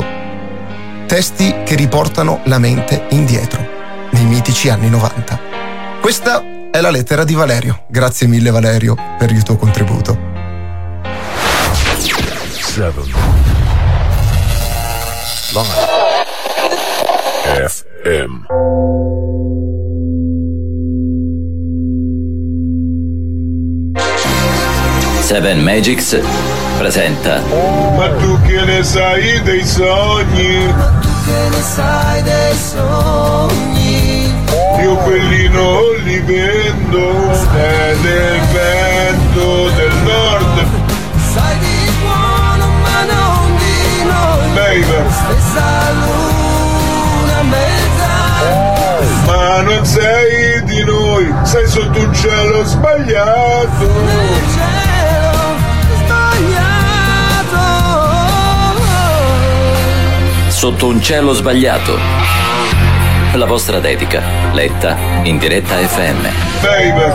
Testi che riportano la mente indietro, nei mitici anni novanta. Questa è la lettera di Valerio. Grazie mille Valerio per il tuo contributo. seven Live F M. Seven Magics presenta. Ma tu che ne sai dei sogni? Ma tu che ne sai dei sogni? Io quelli non li vendo, è del vento del nord. Sai di buono ma non di noi, Baby. Stessa luna mezza. Ma non sei di noi, sei sotto un cielo sbagliato. Nel cielo sotto un cielo sbagliato. La vostra dedica, letta in diretta F M. Baby.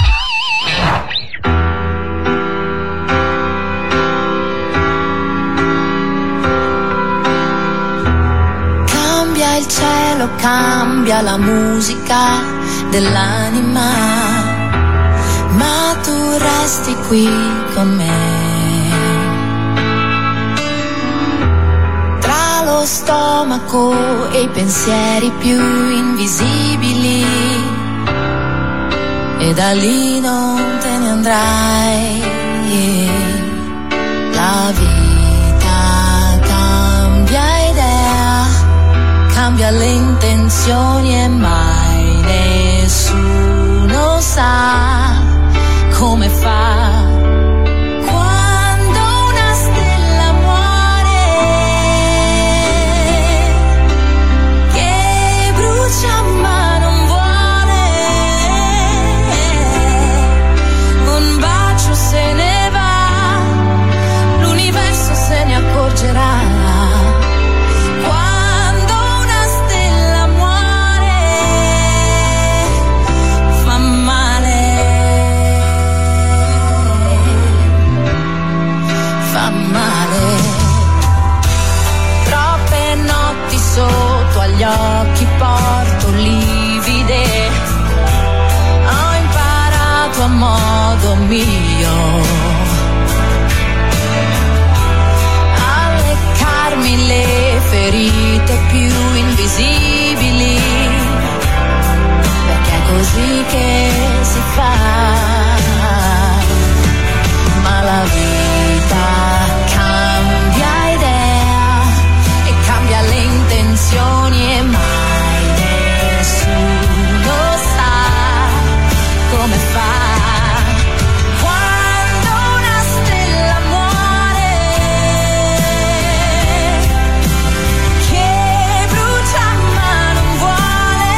Cambia il cielo, cambia la musica dell'anima, ma tu resti qui con me. Tra lo stomaco e i pensieri più invisibili, e da lì non te ne andrai. La vita cambia idea, cambia le intenzioni e mai nessuno sa come fa. Quando una stella muore, che brucia ma non vuole, un bacio se ne va, l'universo se ne accorgerà. Sotto agli occhi porto livide, ho imparato a modo mio a leccarmi le ferite più invisibili, perché è così che si fa. Ma la vita cambia idea e cambia le intenzioni e mai nessuno sa come fa. Quando una stella muore, che brucia ma non vuole,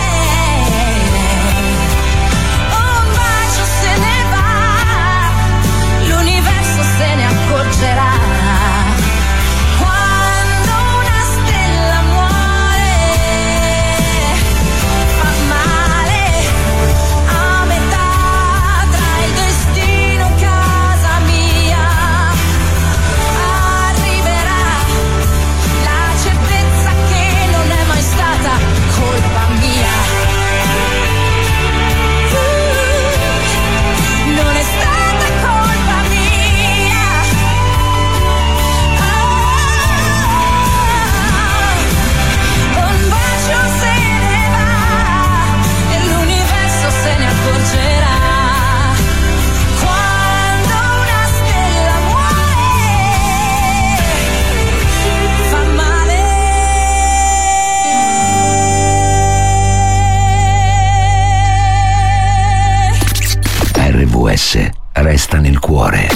un bacio se ne va, l'universo se ne accorgerà. R V S resta nel cuore.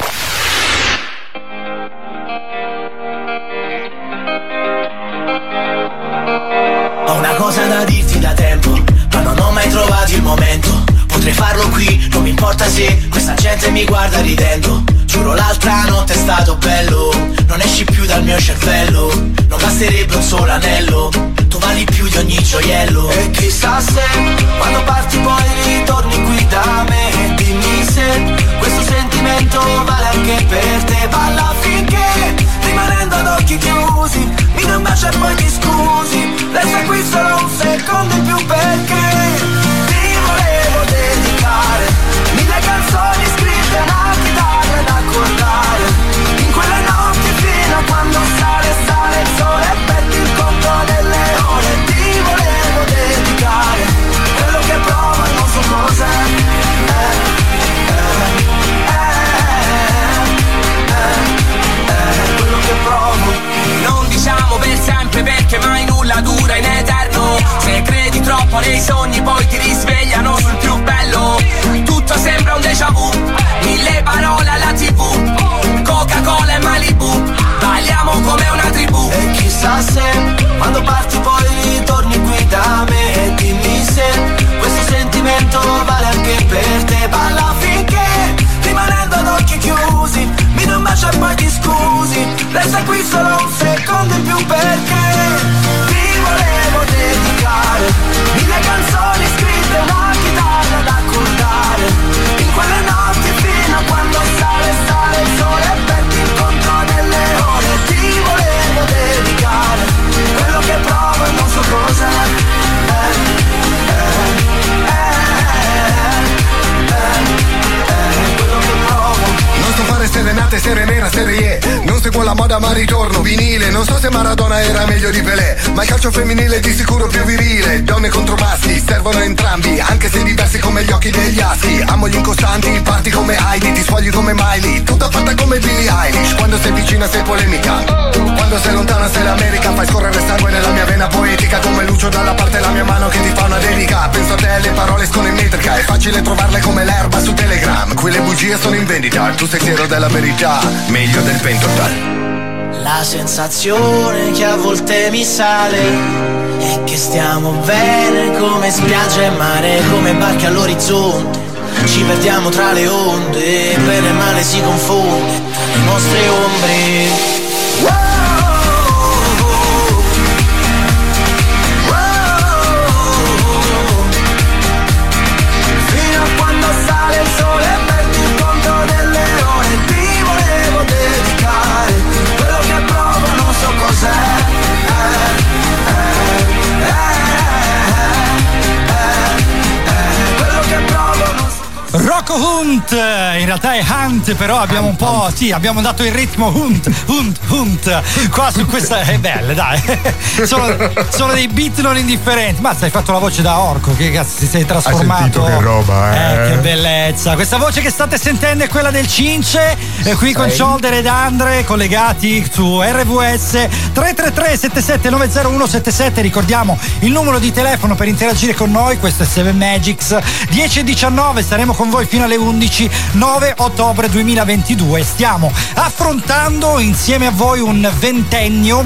Ho una cosa da dirti da tempo, ma non ho mai trovato il momento. Potrei farlo qui, non mi importa se questa gente mi guarda ridendo. Giuro l'altra notte è stato bello, non esci più dal mio cervello. Non basterebbe un solo anello, tu vali più di ogni gioiello. E chissà se quando parti poi ritorni qui da me. Dimmi se questo sentimento vale anche per te. Balla finché, rimanendo ad occhi chiusi, mi dai un bacio e poi ti scusi. Resta qui solo un secondo in più perché ti volevo dedicare mille canzoni scritte a una chitarra da accordare. In quelle notti fino a quando sale, sale il sole e perdi il conto delle ore. Ti volevo dedicare Andata ma ritorno, vinile. Non so se Maradona era meglio di Pelé, ma il calcio femminile è di sicuro più virile. Donne contro maschi, servono entrambi, anche se diversi come gli occhi degli aschi. Amo gli incostanti, parti come Heidi, ti sfogli come Miley, tutta fatta come Billie Eilish. Quando sei vicina sei polemica, quando sei lontana sei l'America. Fai scorrere sangue nella mia vena poetica, come Lucio dalla parte la mia mano che ti fa una dedica. Penso a te, le parole escono in metrica, è facile trovarle come l'erba su Telegram. Qui le bugie sono in vendita, tu sei fiero della verità, meglio del pentotal. La sensazione che a volte mi sale è che stiamo bene come spiaggia e mare, come barche all'orizzonte. Ci perdiamo tra le onde, bene e male si confonde tra le nostre ombre. Rocco Hunt, in realtà è Hunt, però abbiamo un po', sì, abbiamo dato il ritmo Hunt, Hunt, Hunt, qua su questa, è belle, dai, sono, sono dei beat non indifferenti. Mazza, hai fatto la voce da orco, che cazzo ti sei trasformato? Hai sentito che roba, eh? eh che bellezza, questa voce che state sentendo è quella del Cince, eh, qui con Shoulder ed Andre collegati su R V S. Tre tre tre sette sette nove zero uno sette sette, ricordiamo il numero di telefono per interagire con noi, questo è Seven Magics. Dieci e diciannove, saremo con voi fino alle undici, nove ottobre duemilaventidue. Stiamo affrontando insieme a voi un ventennio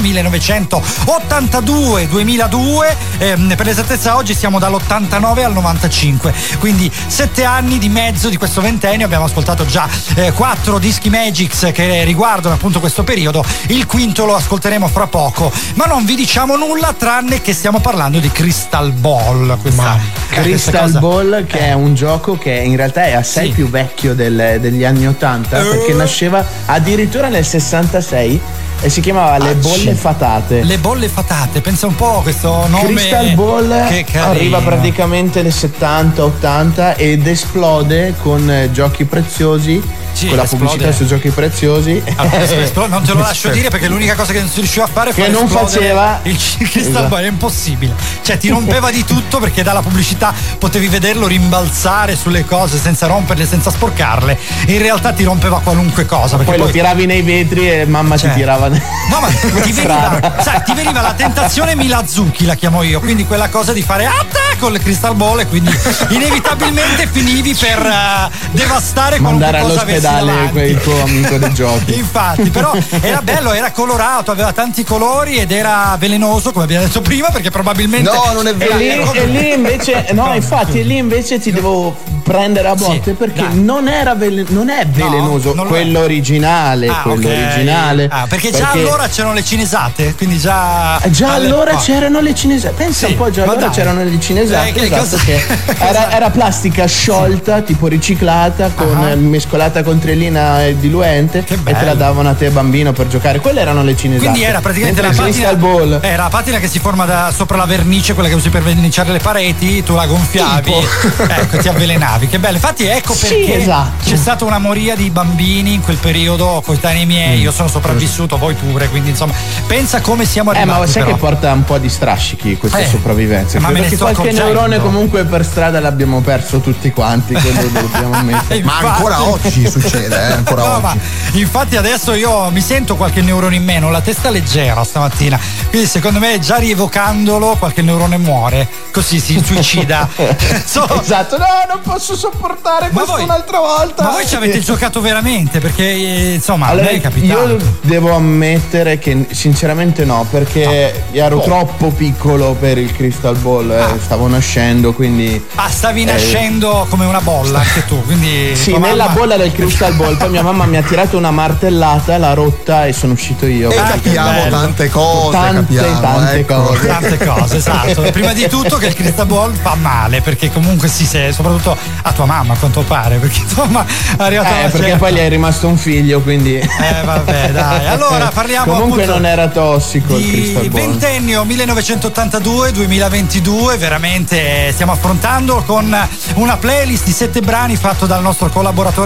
millenovecentottantadue duemiladue, ehm, per l'esattezza oggi siamo dall'ottantanove al novantacinque, quindi sette anni di mezzo di questo ventennio. Abbiamo ascoltato già eh, quattro dischi Magics che riguardano appunto questo periodo, il quinto lo ascolteremo fra poco, ma non vi diciamo nulla tranne che stiamo parlando di Crystal Ball. Questa, eh, Crystal cosa... Ball che eh. è un gioco che in realtà è assai sì. più vecchio del, degli anni ottanta, uh. perché nasceva addirittura nel sessantasei e si chiamava Le Bolle Fatate. Le Bolle Fatate, pensa un po' a questo nome. Crystal Ball che arriva praticamente nel settanta ottanta ed esplode con eh, Giochi Preziosi, sì, con la esplode. pubblicità su Giochi Preziosi. Allora, non te lo lascio dire perché l'unica cosa che non si riusciva a fare che non faceva il Crystal Ball, è impossibile, cioè ti rompeva di tutto perché dalla pubblicità potevi vederlo rimbalzare sulle cose senza romperle, senza sporcarle, in realtà ti rompeva qualunque cosa, perché poi, poi lo tiravi nei vetri e mamma cioè, ti tirava. No, ma ti veniva, sai, ti veniva la tentazione Milazuki, la chiamo io, quindi quella cosa di fare atta con le Crystal Ball e quindi inevitabilmente finivi per uh, devastare mandare all'ospedale quel tuo amico dei giochi. Infatti, però era bello, era colorato, aveva tanti colori ed era velenoso, come abbiamo detto prima, perché probabilmente no, non è vero. E lì, e lì invece no, infatti lì invece ti devo prendere a botte, sì, perché dai. non era vele, non è velenoso, no, non quello è. originale, ah, quello okay. originale. Ah, perché già perché allora c'erano le cinesate, quindi già già alle... allora oh. c'erano le cinesate. Pensa sì, un po', già allora dai. c'erano le cinesate, eh, esatto, che era, era plastica sciolta, sì. tipo riciclata, con uh-huh. mescolata con trellina e diluente, e te la davano a te bambino per giocare. Quelle erano le cinesate. Quindi era praticamente la patina, ball. Era la patina che si forma da sopra la vernice, quella che usi per verniciare le pareti, tu la gonfiavi, ecco, ti avvelenavi. Che bello. Infatti ecco perché sì, esatto. c'è stata una moria di bambini in quel periodo, coetanei miei, mm. io sono sopravvissuto, voi pure, quindi insomma pensa come siamo arrivati. Eh, ma sai però. che porta un po' di strascichi questa eh, sopravvivenza, ma perché qualche accorgendo. neurone comunque per strada l'abbiamo perso tutti quanti, quello lo dobbiamo ammettere. Ma ancora oggi succede, eh, ancora no, oggi. Ma infatti adesso io mi sento qualche neurone in meno, la testa leggera stamattina, quindi secondo me già rievocandolo qualche neurone muore, così si suicida. so, esatto, no, non posso sopportare questo voi, un'altra volta. Ma voi ci avete giocato veramente? Perché insomma allora, a me è capitato. Io devo ammettere che sinceramente no, perché no. ero oh. troppo piccolo per il Crystal Ball, eh, ah. stavo nascendo, quindi ah stavi eh, nascendo come una bolla anche tu, quindi sì, nella mamma... bolla del Crystal Ball. Poi mia mamma mi ha tirato una martellata, l'ha rotta e sono uscito io. E ah, capiamo tante cose, tante capiamo, tante ecco. cose tante cose, esatto. Prima di tutto che il Crystal Ball fa male, perché comunque sì, se, soprattutto a tua mamma a quanto pare, perché insomma è arrivato eh, perché certa. poi gli è rimasto un figlio, quindi eh vabbè dai, allora parliamo comunque non era tossico il Crystal Ball. Ventennio millenovecentottantadue duemilaventidue, veramente stiamo affrontando con una playlist di sette brani fatto dal nostro collaboratore occasionale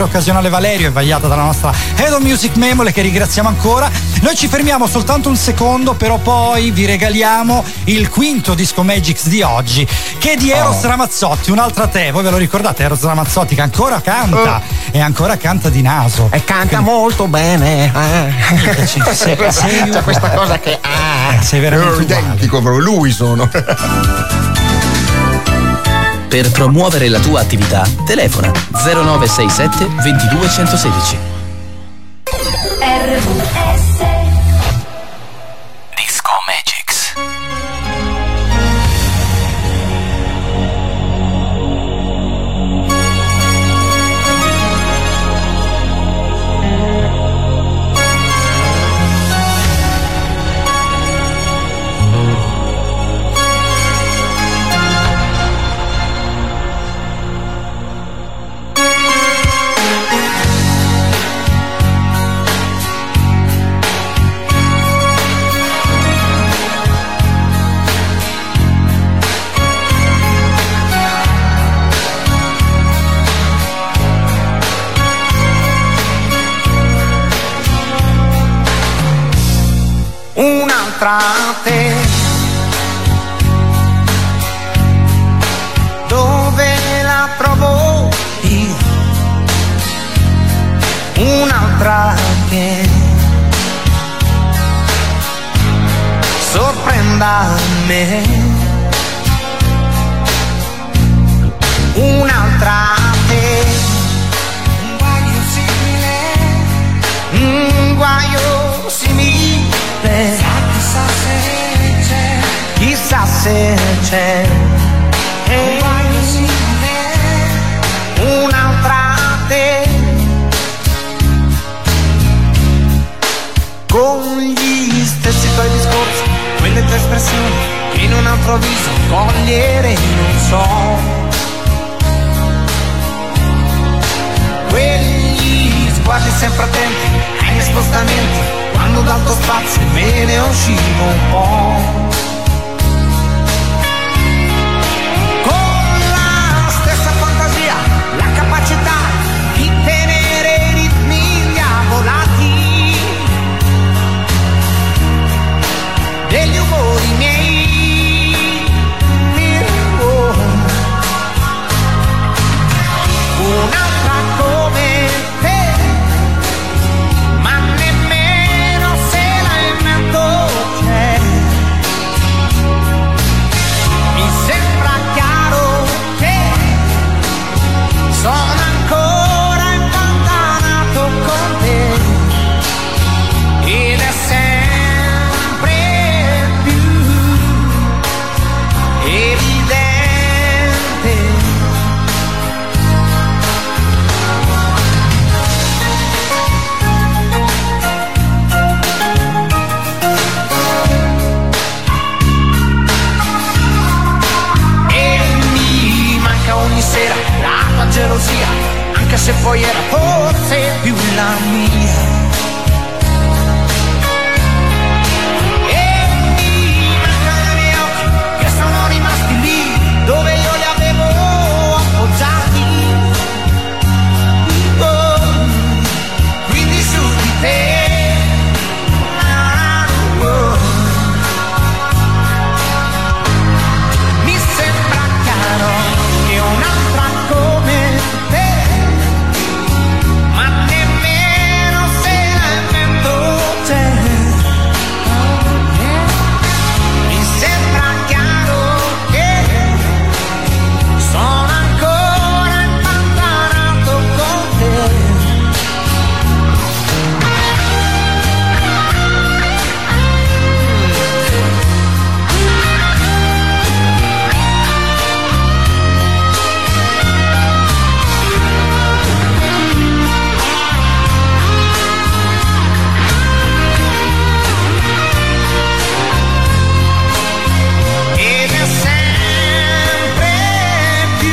Valerio e vagliata dalla nostra Head of Music Memole, che ringraziamo ancora. Noi ci fermiamo soltanto un secondo, però poi vi regaliamo il quinto Disco Magics di oggi, che è di Eros Oh. Ramazzotti, un'altra te. Voi ve lo ricordate Eros Ramazzotti, che ancora canta Oh. e ancora canta di naso e canta Quindi... molto bene, eh. Ci- sei- sei- c'è questa cosa che ah, sei veramente Io identico, proprio lui sono. Per promuovere la tua attività, telefona zero nove sei sette ventidue centosedici. R V S Disco Magics. Un'altra te, dove la trovo io? Un'altra che sorprenda me. Un'altra te, un guaio simile, un guaio simile. Chissà se c'è, chissà se c'è un guaio simile, un'altra te, con gli stessi tuoi discorsi, quelle tue espressioni che in un altro viso cogliere non so. Quegli sguardi sempre attenti ai miei spostamenti, quando dal tuo spazio me ne uscivo un po'. Con la stessa fantasia, la capacità di tenere i ritmi diavolati degli umori miei. Un'altra come te, ma nemmeno se la invento c'è. Mi sembra chiaro che sono ancora impantanato con te, ed è sempre più evidente. Ogni sera la tua gelosia, anche se poi era forse più la mia. E mi mancano i miei occhi, che sono rimasti lì dove io li avevo appoggiati. Oh, quindi su di te. Oh, mi sembra chiaro che un'altra come te, ma nemmeno se la invento c'è. Mi sembra chiaro che sono ancora impantanato con te. Ed è sempre più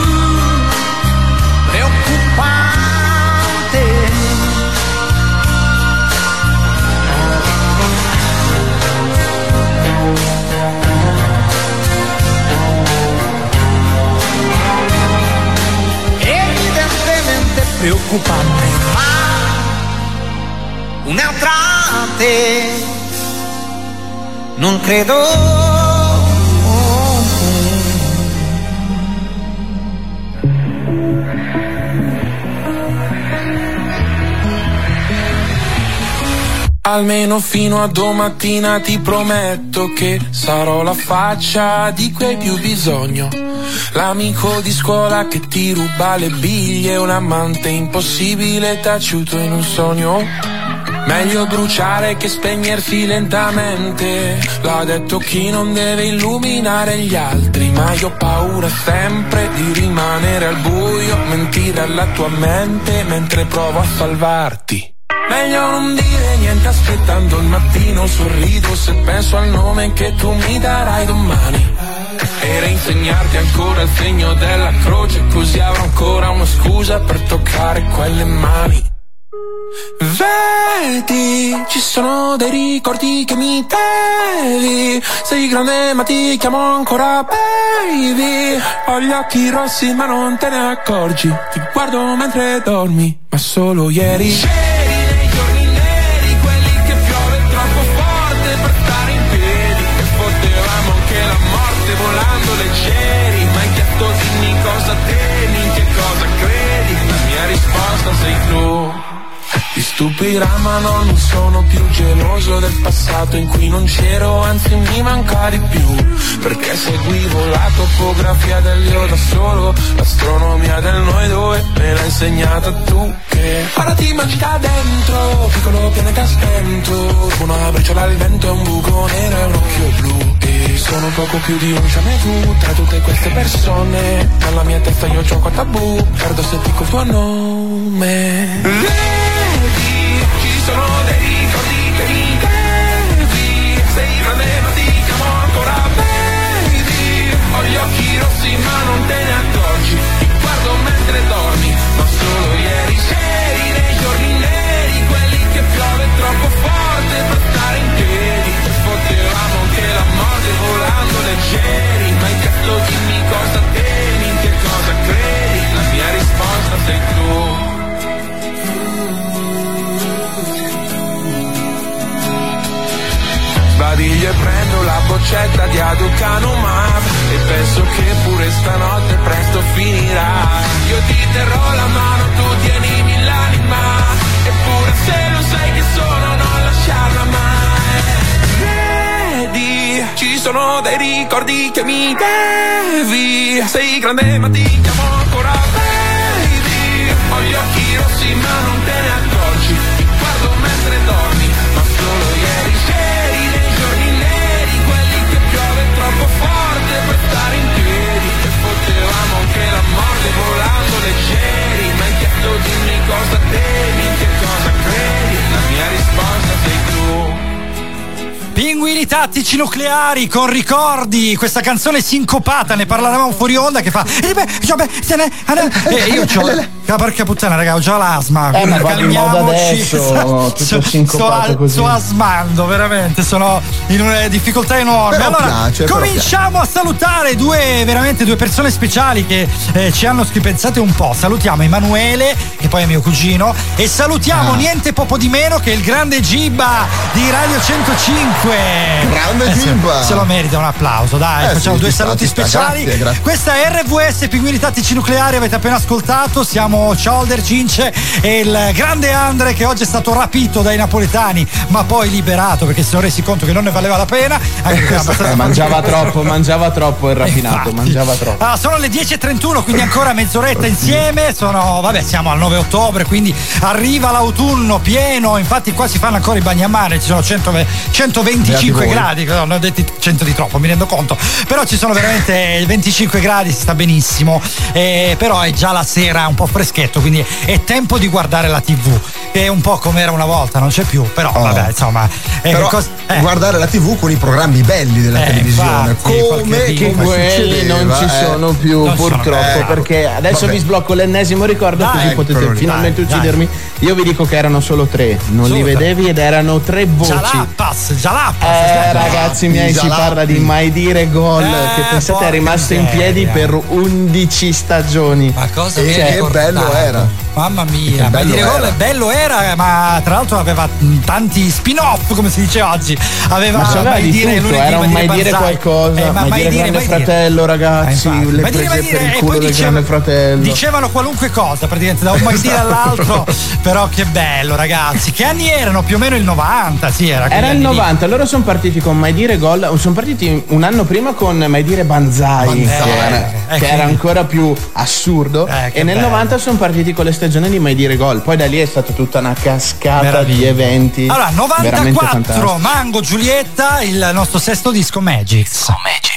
preoccupante. Evidentemente preoccupante. un'altra te, non credo. Almeno fino a domattina ti prometto che sarò la faccia di cui hai più bisogno. L'amico di scuola che ti ruba le biglie, un amante impossibile taciuto in un sogno. Meglio bruciare che spegnersi lentamente, l'ha detto chi non deve illuminare gli altri. Ma io ho paura sempre di rimanere al buio, mentire alla tua mente mentre provo a salvarti. Meglio non dire niente aspettando il mattino, sorrido se penso al nome che tu mi darai domani. E reinsegnarti ancora il segno della croce, così avrò ancora una scusa per toccare quelle mani. Vedi, ci sono dei ricordi che mi devi. Sei grande ma ti chiamo ancora baby. Ho gli occhi rossi ma non te ne accorgi. Ti guardo mentre dormi, ma solo ieri. Volando leggeri, ma hai chiesto dimmi cosa temi, in che cosa credi, la mia risposta sei tu. Ti stupirà ma no, non sono più geloso del passato in cui non c'ero, anzi mi manca di più, perché seguivo la topografia dell'io da solo, l'astronomia del noi due me l'ha insegnata tu, che ora ti mangi da dentro, piccolo pianeta spento, una briciola al vento, un buco nero e un occhio blu. Sono poco più di un giamaico tra tutte queste persone. Nella mia testa io gioco a tabù, perdo se dico il tuo nome. Vedi, ci sono dei ricordi che mi devi. Sei grande ma ti chiamo ancora baby. Ho gli occhi rossi ma non te ne accorgi. Ti guardo mentre dormi, ma solo ieri c'eri nei giorni neri, quelli che piove troppo forte per stare in piedi. E potevamo anche la morte volando leggeri, ma hai chiesto dimmi cosa temi, in che cosa credi, la mia risposta sei tu. Sbadiglio e prendo la boccetta di Aducanumab e penso che pure stanotte presto finirà. Io ti terrò la mano, tu tienimi l'anima, eppure se lo sai che sono non lasciarla mai. Vedi, ci sono dei ricordi che mi devi. Sei grande ma ti chiamo ancora baby. Ho gli occhi rossi ma non te ne accorgi. Ti guardo mentre dormi, ma solo ieri c'eri nei giorni neri, quelli che piove troppo forte per stare in piedi. E potevamo anche la morte volando leggeri, ma hai chiesto dimmi cosa temi, in che cosa credi, la mia risposta sei tu. Pinguini tattici nucleari con ricordi, questa canzone sincopata, ne parlavamo fuori onda, che fa e io c'ho la porca puttana, raga, ho già l'asma, eh, ma calmiamoci. Adesso, tutto sincopato sto, così. sto asmando, veramente, sono in una difficoltà enorme. Però allora, piace, cominciamo però a salutare due, veramente due persone speciali che eh, ci hanno pensate un po'. Salutiamo Emanuele, che poi è mio cugino, e salutiamo ah. niente poco di meno che il grande Gibba di Radio centocinque. Grande eh, Gibba, se, se lo merita un applauso, dai, eh, facciamo sì, due sta, saluti sta, speciali. grazie, grazie. Questa è R V S Pinguini Tattici Nucleari, avete appena ascoltato, siamo Shoulder Cince e il grande Andre, che oggi è stato rapito dai napoletani ma poi liberato perché si sono resi conto che non ne valeva la pena, anche eh, mangiava troppo, mangiava troppo il raffinato, mangiava troppo. Ah, sono le dieci e trentuno, quindi ancora mezz'oretta insieme. Sono, vabbè, siamo al nove ottobre, quindi arriva l'autunno pieno, infatti qua si fanno ancora i bagni a mare, ci sono cento, centoventicinque gradi, no, ne ho detti cento di troppo, mi rendo conto, però ci sono veramente venticinque gradi, si sta benissimo, eh, però è già la sera un po' freschetto, quindi è tempo di guardare la tivù, che è un po' come era una volta, non c'è più, però oh. vabbè, insomma, eh, però cos- eh. guardare la tivù con i programmi belli della eh, televisione, infatti, come che quelli non ci sono più, non purtroppo, sono, perché adesso vabbè. vi sblocco l'ennesimo ricordo, dai, così potete eccolo, finalmente dai, uccidermi. Dai. Io vi dico che erano solo tre, non Solo li vedevi ed erano tre voci. Jalapas, Jalapas, Eh, Eh ragazzi miei, si parla di mai dire gol, Eh, che pensate porca è rimasto in miseria. piedi per undici stagioni. Ma cosa E mi che hai ricordato? bello era. Mamma mia, Che Mai bello dire gol era. è bello era, ma tra l'altro aveva mh, tanti spin-off, come si dice oggi. Aveva Ma sapeva Mai di dire tutto, lunedì, era un mai dire Banzai. qualcosa, Eh, ma mai dire grande mai fratello ragazzi, Eh, infatti. le Mai dire, mai prese per dire, il e culo poi del diceva- grande fratello. Dicevano qualunque cosa, praticamente da un mai dire all'altro. Però che bello, ragazzi. Che anni erano? Più o meno il novanta, sì, era quegli Era il anni lì. novanta, loro sono partiti con Mai dire gol, sono partiti un anno prima con Mai dire Banzai, Banzai, che, era, eh, che era quindi- ancora più assurdo, Eh, che e nel bello. novanta sono partiti con le stagioni di Mai dire gol, poi da lì è stata tutta una cascata Meraviglia. di eventi Allora, veramente fantastici. novantaquattro, Mango Giulietta, il nostro sesto disco Magix. Magix.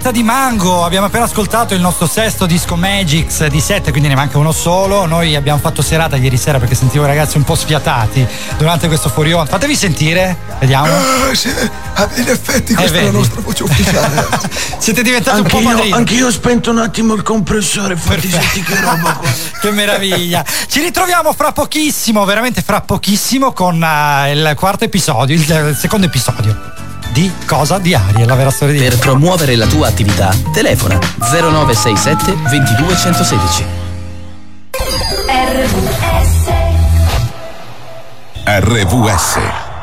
diretta di Mango, abbiamo appena ascoltato il nostro sesto disco Magix di sette, quindi ne manca uno solo. Noi abbiamo fatto serata ieri sera perché sentivo i ragazzi un po' sfiatati durante questo fuori onda. Fatevi sentire, vediamo. Ah, sì. Ah, in effetti questa eh, è la nostra voce ufficiale. Siete diventati anche un po' io, padrini. Anche io ho spento un attimo il compressore, fatti sentire che roba qua. Che meraviglia. Ci ritroviamo fra pochissimo, veramente fra pochissimo, con uh, il quarto episodio, il, il secondo episodio di Cosa di Ariel, la vera storia di Per promuovere la tua attività, telefona zero nove sei sette ventidue centosedici. R V S R V S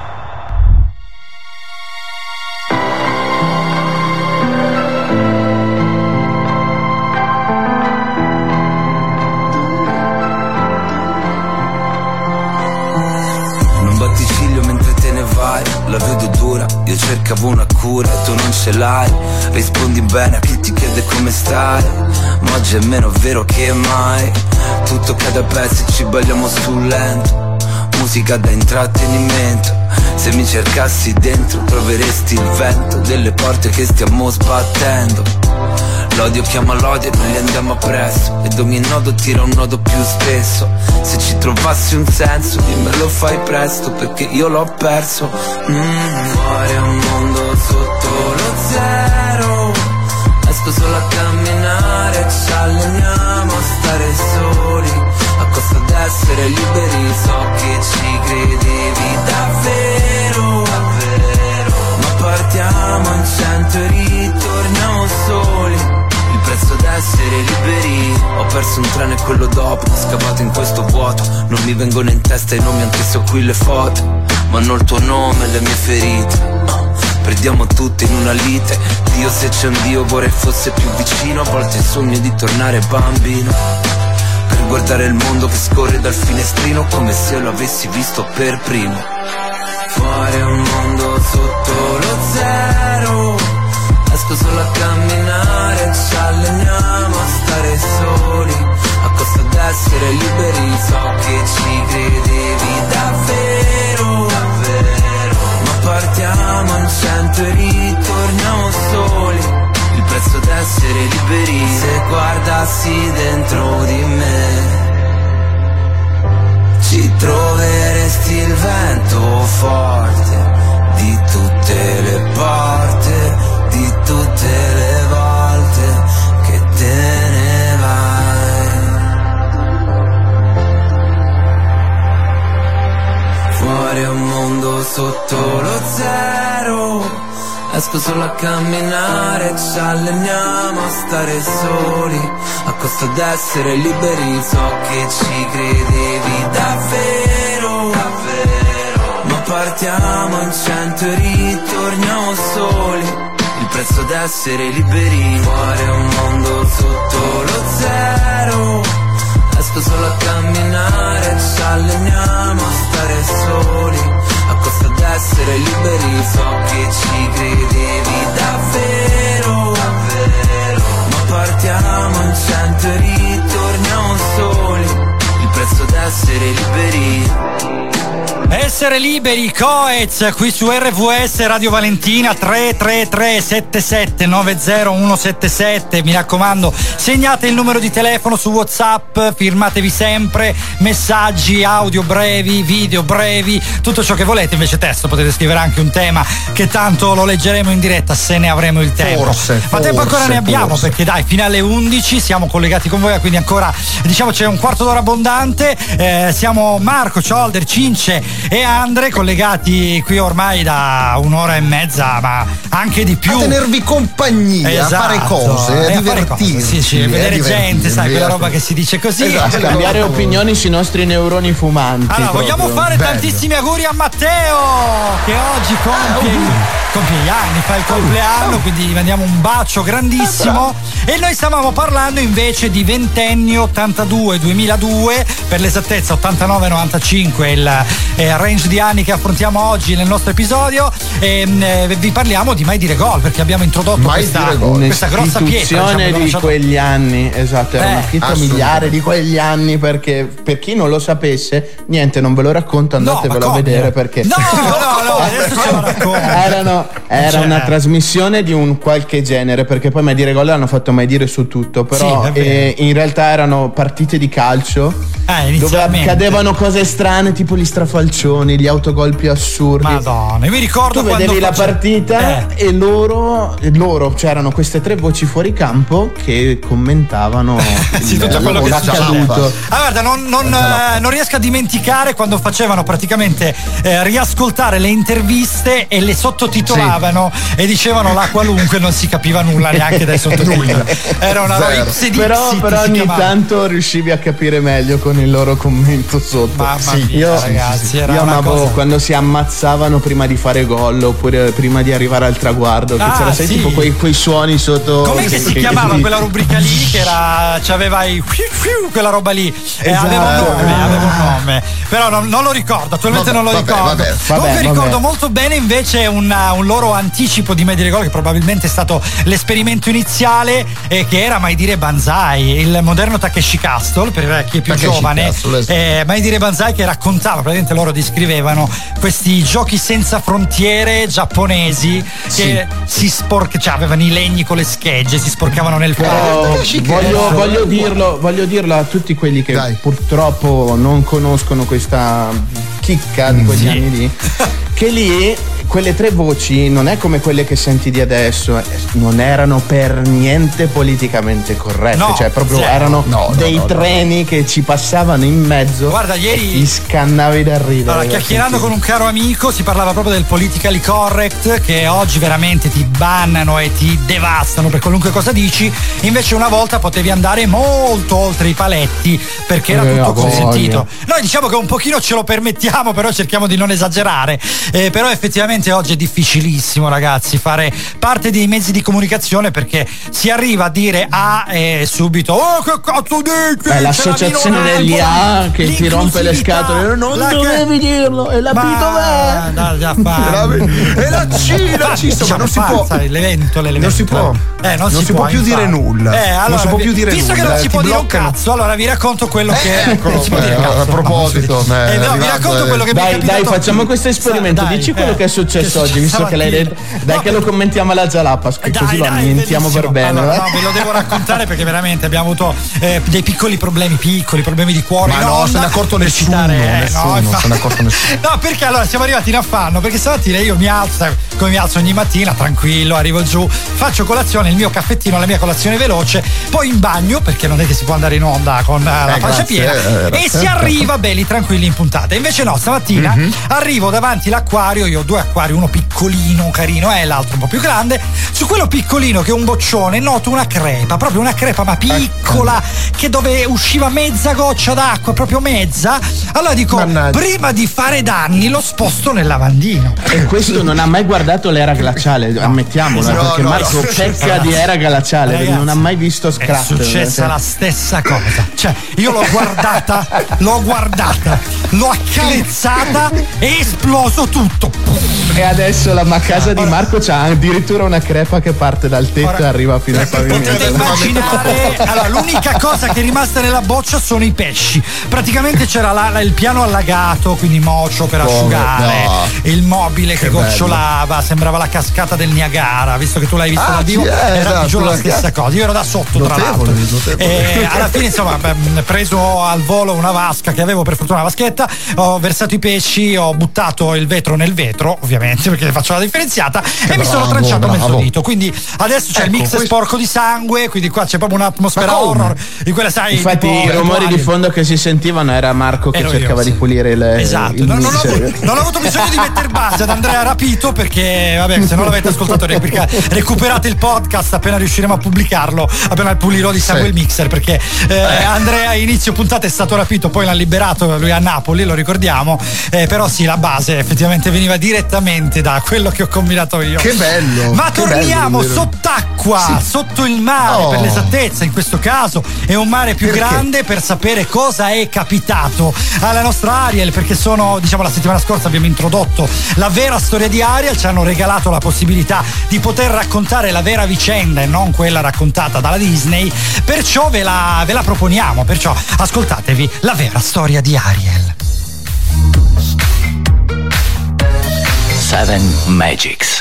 La vedo dura, io cercavo una cura e tu non ce l'hai. Rispondi bene a chi ti chiede come stai, ma oggi è meno vero che mai. Tutto cade a pezzi, ci balliamo sul lento, musica da intrattenimento. Se mi cercassi dentro troveresti il vento delle porte che stiamo sbattendo. L'odio chiama l'odio e noi gli andiamo appresso, ed ogni nodo tira un nodo più spesso. Se ci trovassi un senso dimmelo fai presto, perché io l'ho perso. mm, Fuori è un mondo sotto lo zero, esco solo a camminare, ci alleniamo a stare soli, a costo d'essere liberi. So che ci credevi davvero, davvero, ma partiamo in cento e ritorniamo soli. Il prezzo d'essere liberi. Ho perso un treno e quello dopo, scavato in questo vuoto. Non mi vengono in testa i nomi anche se ho qui le foto, ma hanno il tuo nome e le mie ferite. uh, Perdiamo tutte in una lite. Dio, se c'è un Dio vorrei fosse più vicino. A volte sogno di tornare bambino, per guardare il mondo che scorre dal finestrino, come se lo avessi visto per primo. Fuori è un mondo sotto lo zero, esco solo a camminare, ci alleniamo a stare soli, a costo d'essere liberi. So che ci credevi davvero, davvero, ma partiamo in cento e ritorniamo soli. Il prezzo d'essere liberi. Se guardassi dentro di me ci troveresti il vento forte di tutte le porte, di tutte le volte che te ne vai. Fuori è un mondo sotto lo zero, esco solo a camminare, ci alleniamo a stare soli, a costo d'essere liberi. So che ci credevi davvero, davvero, ma partiamo in cento e ritorniamo soli. Il prezzo d'essere liberi. Fuori è un mondo sotto lo zero, esco solo a camminare, ci alleniamo a stare soli, a costo d'essere liberi. So che ci credevi davvero, davvero, ma partiamo in cento e ritorniamo soli. Il prezzo d'essere liberi. Essere liberi, Coez, qui su R V S Radio Valentina. Tre tre tre sette sette nove zero uno sette sette. Mi raccomando, segnate il numero di telefono su WhatsApp, firmatevi sempre messaggi audio brevi, video brevi, tutto ciò che volete. Invece testo, potete scrivere anche un tema che tanto lo leggeremo in diretta se ne avremo il tempo. Forse, ma tempo ancora forse, ne abbiamo, forse. perché dai, fino alle undici siamo collegati con voi, quindi ancora, diciamo, c'è un quarto d'ora abbondante. Eh, siamo Marco, Ciolder, Cince e Andre collegati qui ormai da un'ora e mezza, ma anche di più, a tenervi compagnia, esatto, a fare cose, a divertirci, sì, sì, a vedere gente, sai, quella roba che si dice così, esatto, a scambiare opinioni sui nostri neuroni fumanti. Allora, proprio. vogliamo fare Bello. tantissimi auguri a Matteo che oggi compie, compie gli anni, fa il compleanno, quindi gli mandiamo un bacio grandissimo. E noi stavamo parlando invece di ventenni ottantadue duemiladue, per l'esattezza ottantanove novantacinque il eh, range di anni che affrontiamo oggi nel nostro episodio e eh, vi parliamo di Mai Dire Gol, perché abbiamo introdotto Mai questa, Dire questa grossa pietra, un'istituzione diciamo, di lasciato... quegli anni, esatto, era Eh, una pietra assolutamente. miliare di quegli anni, perché per chi non lo sapesse, niente, non ve lo racconto, andatevelo No, ma a come? vedere perché No, no, no, adesso ce lo racconto. erano, era Cioè- una trasmissione di un qualche genere, perché poi Mai Dire Gol hanno fatto Mai Dire su tutto, però Sì, è vero. eh, in realtà erano partite di calcio Eh, dove inizialmente. accadevano cose strane, tipo gli strafalcioni, gli autogol più assurdi. Madonna, io mi ricordo Tu quando vedevi la face- partita Eh. e loro, e loro c'erano queste tre voci fuori campo che commentavano Sì, il- tutto quello che l'accaduto. Ah, guarda, non, non, eh, non riesco a dimenticare quando facevano praticamente eh, riascoltare le interviste e le sottotitolavano e dicevano la qualunque, non si capiva nulla neanche dai sottotitoli. Era una roba Ipsi Dixit, Però, però si ogni chiamava. tanto riuscivi a capire meglio con il loro commento sotto. Mamma mia, io, ragazzi, era io una amavo cosa- quando si ammazzavano prima di fare gol oppure prima di arrivare al traguardo. Che Ah, c'era sai, sì. tipo quei, quei suoni sotto. Com'è che si chiamava quella rubrica lì che era c'aveva i quella roba lì eh, Esatto. aveva un nome, aveva un nome però non, non lo ricordo, attualmente Vabbè, non lo vabbè, ricordo. vabbè. Comunque Vabbè, ricordo vabbè. molto bene invece una- un loro anticipo di Mai Dire Gol, che probabilmente è stato l'esperimento iniziale, eh, che era Mai Dire Banzai, il moderno Takeshi Castle per chi è più Takeshi giovane. Castle, esatto. eh, Mai Dire Banzai, che raccontava, praticamente loro descrivevano questi giochi senza frontiere giapponesi che si sporcavano, cioè avevano i legni con le schegge, si sporcavano nel Però palco. voglio, voglio dirlo, voglio dirlo a tutti quelli che purtroppo non conoscono questa chicca di quegli Sì. anni lì, che lì quelle tre voci non è come quelle che senti di adesso, eh, non erano per niente politicamente corrette, No, cioè proprio zero. erano No, no, dei no, no. treni che ci passavano in mezzo. Guarda, ieri- e ti scannavi da ridere. Allora, chiacchierando con un caro amico si parlava proprio del politically correct, che oggi veramente ti bannano e ti devastano per qualunque cosa dici, invece una volta potevi andare molto oltre i paletti perché era Eh, tutto a voglia. consentito. Noi diciamo che un pochino ce lo permettiamo, però cerchiamo di non esagerare. Eh, però effettivamente oggi è difficilissimo, ragazzi, fare parte dei mezzi di comunicazione, perché si arriva a dire A e subito oh che cazzo dici? È l'associazione C'è la degli minoranza, A che ti rompe le scatole. Non la- dovevi dirlo, e la P dov'è? Dai, già fa. E la Cina, ci sta, ma non si può. sai, l'evento, l'evento. Non si può. Eh, non, Non si può più dire infatti. nulla. Eh, Non allora, si può più dire visto nulla, che non si ti può dire un bloccano. cazzo, allora vi racconto quello che eccolo, non si può dire eh, cazzo, a proposito, no, eh, eh, no, vi arrivando, racconto eh. quello che mi è Dai, capitato. dai, facciamo questo esperimento. Dai, Dici quello eh, che è successo che oggi, visto che l'hai detto. Dai, No, che lo commentiamo alla Jalapas, che Dai, così lo dai, ambientiamo per bellissimo. bene. Allora, eh. no, ve lo devo raccontare perché veramente abbiamo avuto eh, dei piccoli problemi, piccoli problemi di cuore. Ma in no, onda, se ne è accorto per nessuno, citare, eh, nessuno, no, se infatti. ne è accorto nessuno. No, perché allora siamo arrivati in affanno, perché stamattina io mi alzo, sai, come mi alzo ogni mattina, tranquillo, arrivo giù, faccio colazione, il mio caffettino, la mia colazione veloce, poi in bagno, perché non è che si può andare in onda con eh, la Eh, pancia grazie, piena, eh, e eh, si arriva belli tranquilli in puntata. Invece no, stamattina Mhm. arrivo davanti l'acquario, io ho due acquari, uno piccolino, carino, e l'altro un po' più grande. Su quello piccolino, che è un boccione, noto una crepa, proprio una crepa ma piccola, che dove usciva mezza goccia d'acqua, proprio mezza. Allora dico, Mannaggia. prima di fare danni lo sposto nel lavandino. E questo non ha mai guardato l'era glaciale, ammettiamolo, eh, No, perché no, Marco no. pecca di era glaciale, Ragazzi, non ha mai visto È scratch. successa la stessa cosa. Cioè, io l'ho guardata, l'ho guardata, l'ho accarezzata e è esploso tutto. E adesso la ma- casa di Marco c'ha addirittura una crepa che parte dal tetto Ora, e arriva fino al Potete pavimento. immaginare, allora, l'unica cosa che è rimasta nella boccia sono i pesci. Praticamente c'era la- la- il piano allagato, quindi mocio per Come? asciugare, No. il mobile che, Che gocciolava, sembrava la cascata del Niagara, visto che tu l'hai visto Ah, dal vivo, sì, eh, era esatto, di giuro la la stessa cascata. cosa. Io ero da sotto, tra Notevole, l'altro. notevole. E alla fine, insomma, beh, preso al volo una vasca che avevo, per fortuna una vaschetta, ho versato i pesci, ho buttato il vetro nel vetro, ovviamente, perché faccio la differenziata, e mi sono bravo, tranciato mezzo bravo. dito. Quindi adesso c'è il Ecco, mix questo- sporco di sangue, quindi qua c'è proprio un'atmosfera Ma come? horror in quella, sai, Infatti tipo i rumori rituali. di fondo che si sentivano era Marco che Ero io, cercava sì. di pulire il, Esatto, il non, non ho, mixer. avuto- non ho avuto bisogno di mettere base ad Andrea Rapito, perché vabbè, se non l'avete ascoltato replica- recuperate il podcast appena riusciremo a pubblicarlo, appena pulirò di sangue Sì. il mixer, perché eh, Andrea a inizio puntata è stato rapito, poi l'ha liberato lui a Napoli, lo ricordiamo, eh, però sì, la base effettivamente veniva direttamente diversamente da quello che ho combinato io. Che bello! Ma che torniamo bello, sott'acqua, sì. sotto il mare, Oh. per l'esattezza. In questo caso è un mare più Perché? grande, per sapere cosa è capitato alla nostra Ariel, perché sono, diciamo, la settimana scorsa abbiamo introdotto la vera storia di Ariel, ci hanno regalato la possibilità di poter raccontare la vera vicenda e non quella raccontata dalla Disney, perciò ve la, ve la proponiamo, perciò ascoltatevi la vera storia di Ariel. Seven Magics.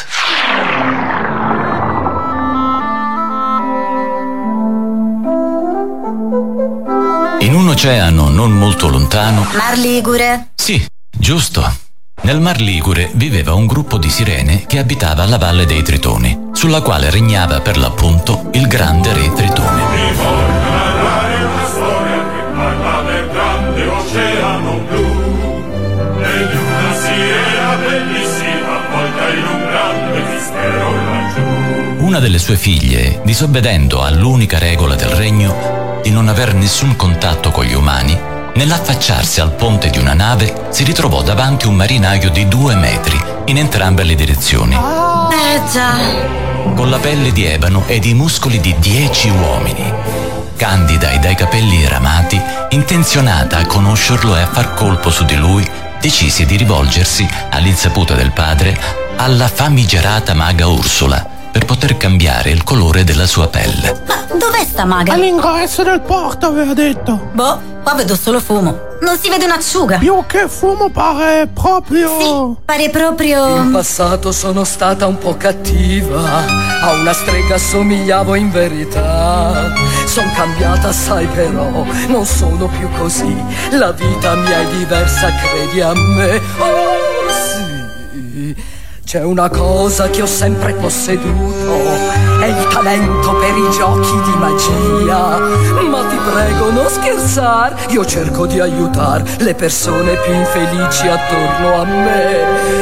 In un oceano non molto lontano. Mar Ligure. Sì, giusto. Nel Mar Ligure viveva un gruppo di sirene che abitava la Valle dei Tritoni, sulla quale regnava per l'appunto il grande re Tritone. Mi voglio narrare una storia che parla del grande oceano blu e di una sirena bellissima avvolta in un grande mistero laggiù. Una delle sue figlie, disobbedendo all'unica regola del regno di non aver nessun contatto con gli umani, nell'affacciarsi al ponte di una nave si ritrovò davanti un marinaio di due metri in entrambe le direzioni, Eh già. con la pelle di ebano ed i muscoli di dieci uomini. Candida e dai capelli ramati, intenzionata a conoscerlo e a far colpo su di lui, decise di rivolgersi, all'insaputa del padre, alla famigerata maga Ursula per poter cambiare il colore della sua pelle. Ma dov'è sta maga? All'ingresso del porto aveva detto. Boh, qua vedo solo fumo. Non si vede un'acciuga. Più che fumo pare proprio... Sì, pare proprio... In passato sono stata un po' cattiva, a una strega somigliavo in verità. Son cambiata assai però, non sono più così. La vita mia è diversa, credi a me. Oh sì. C'è una cosa che ho sempre posseduto, è il talento per i giochi di magia. Ma ti prego non scherzar, io cerco di aiutar le persone più infelici attorno a me.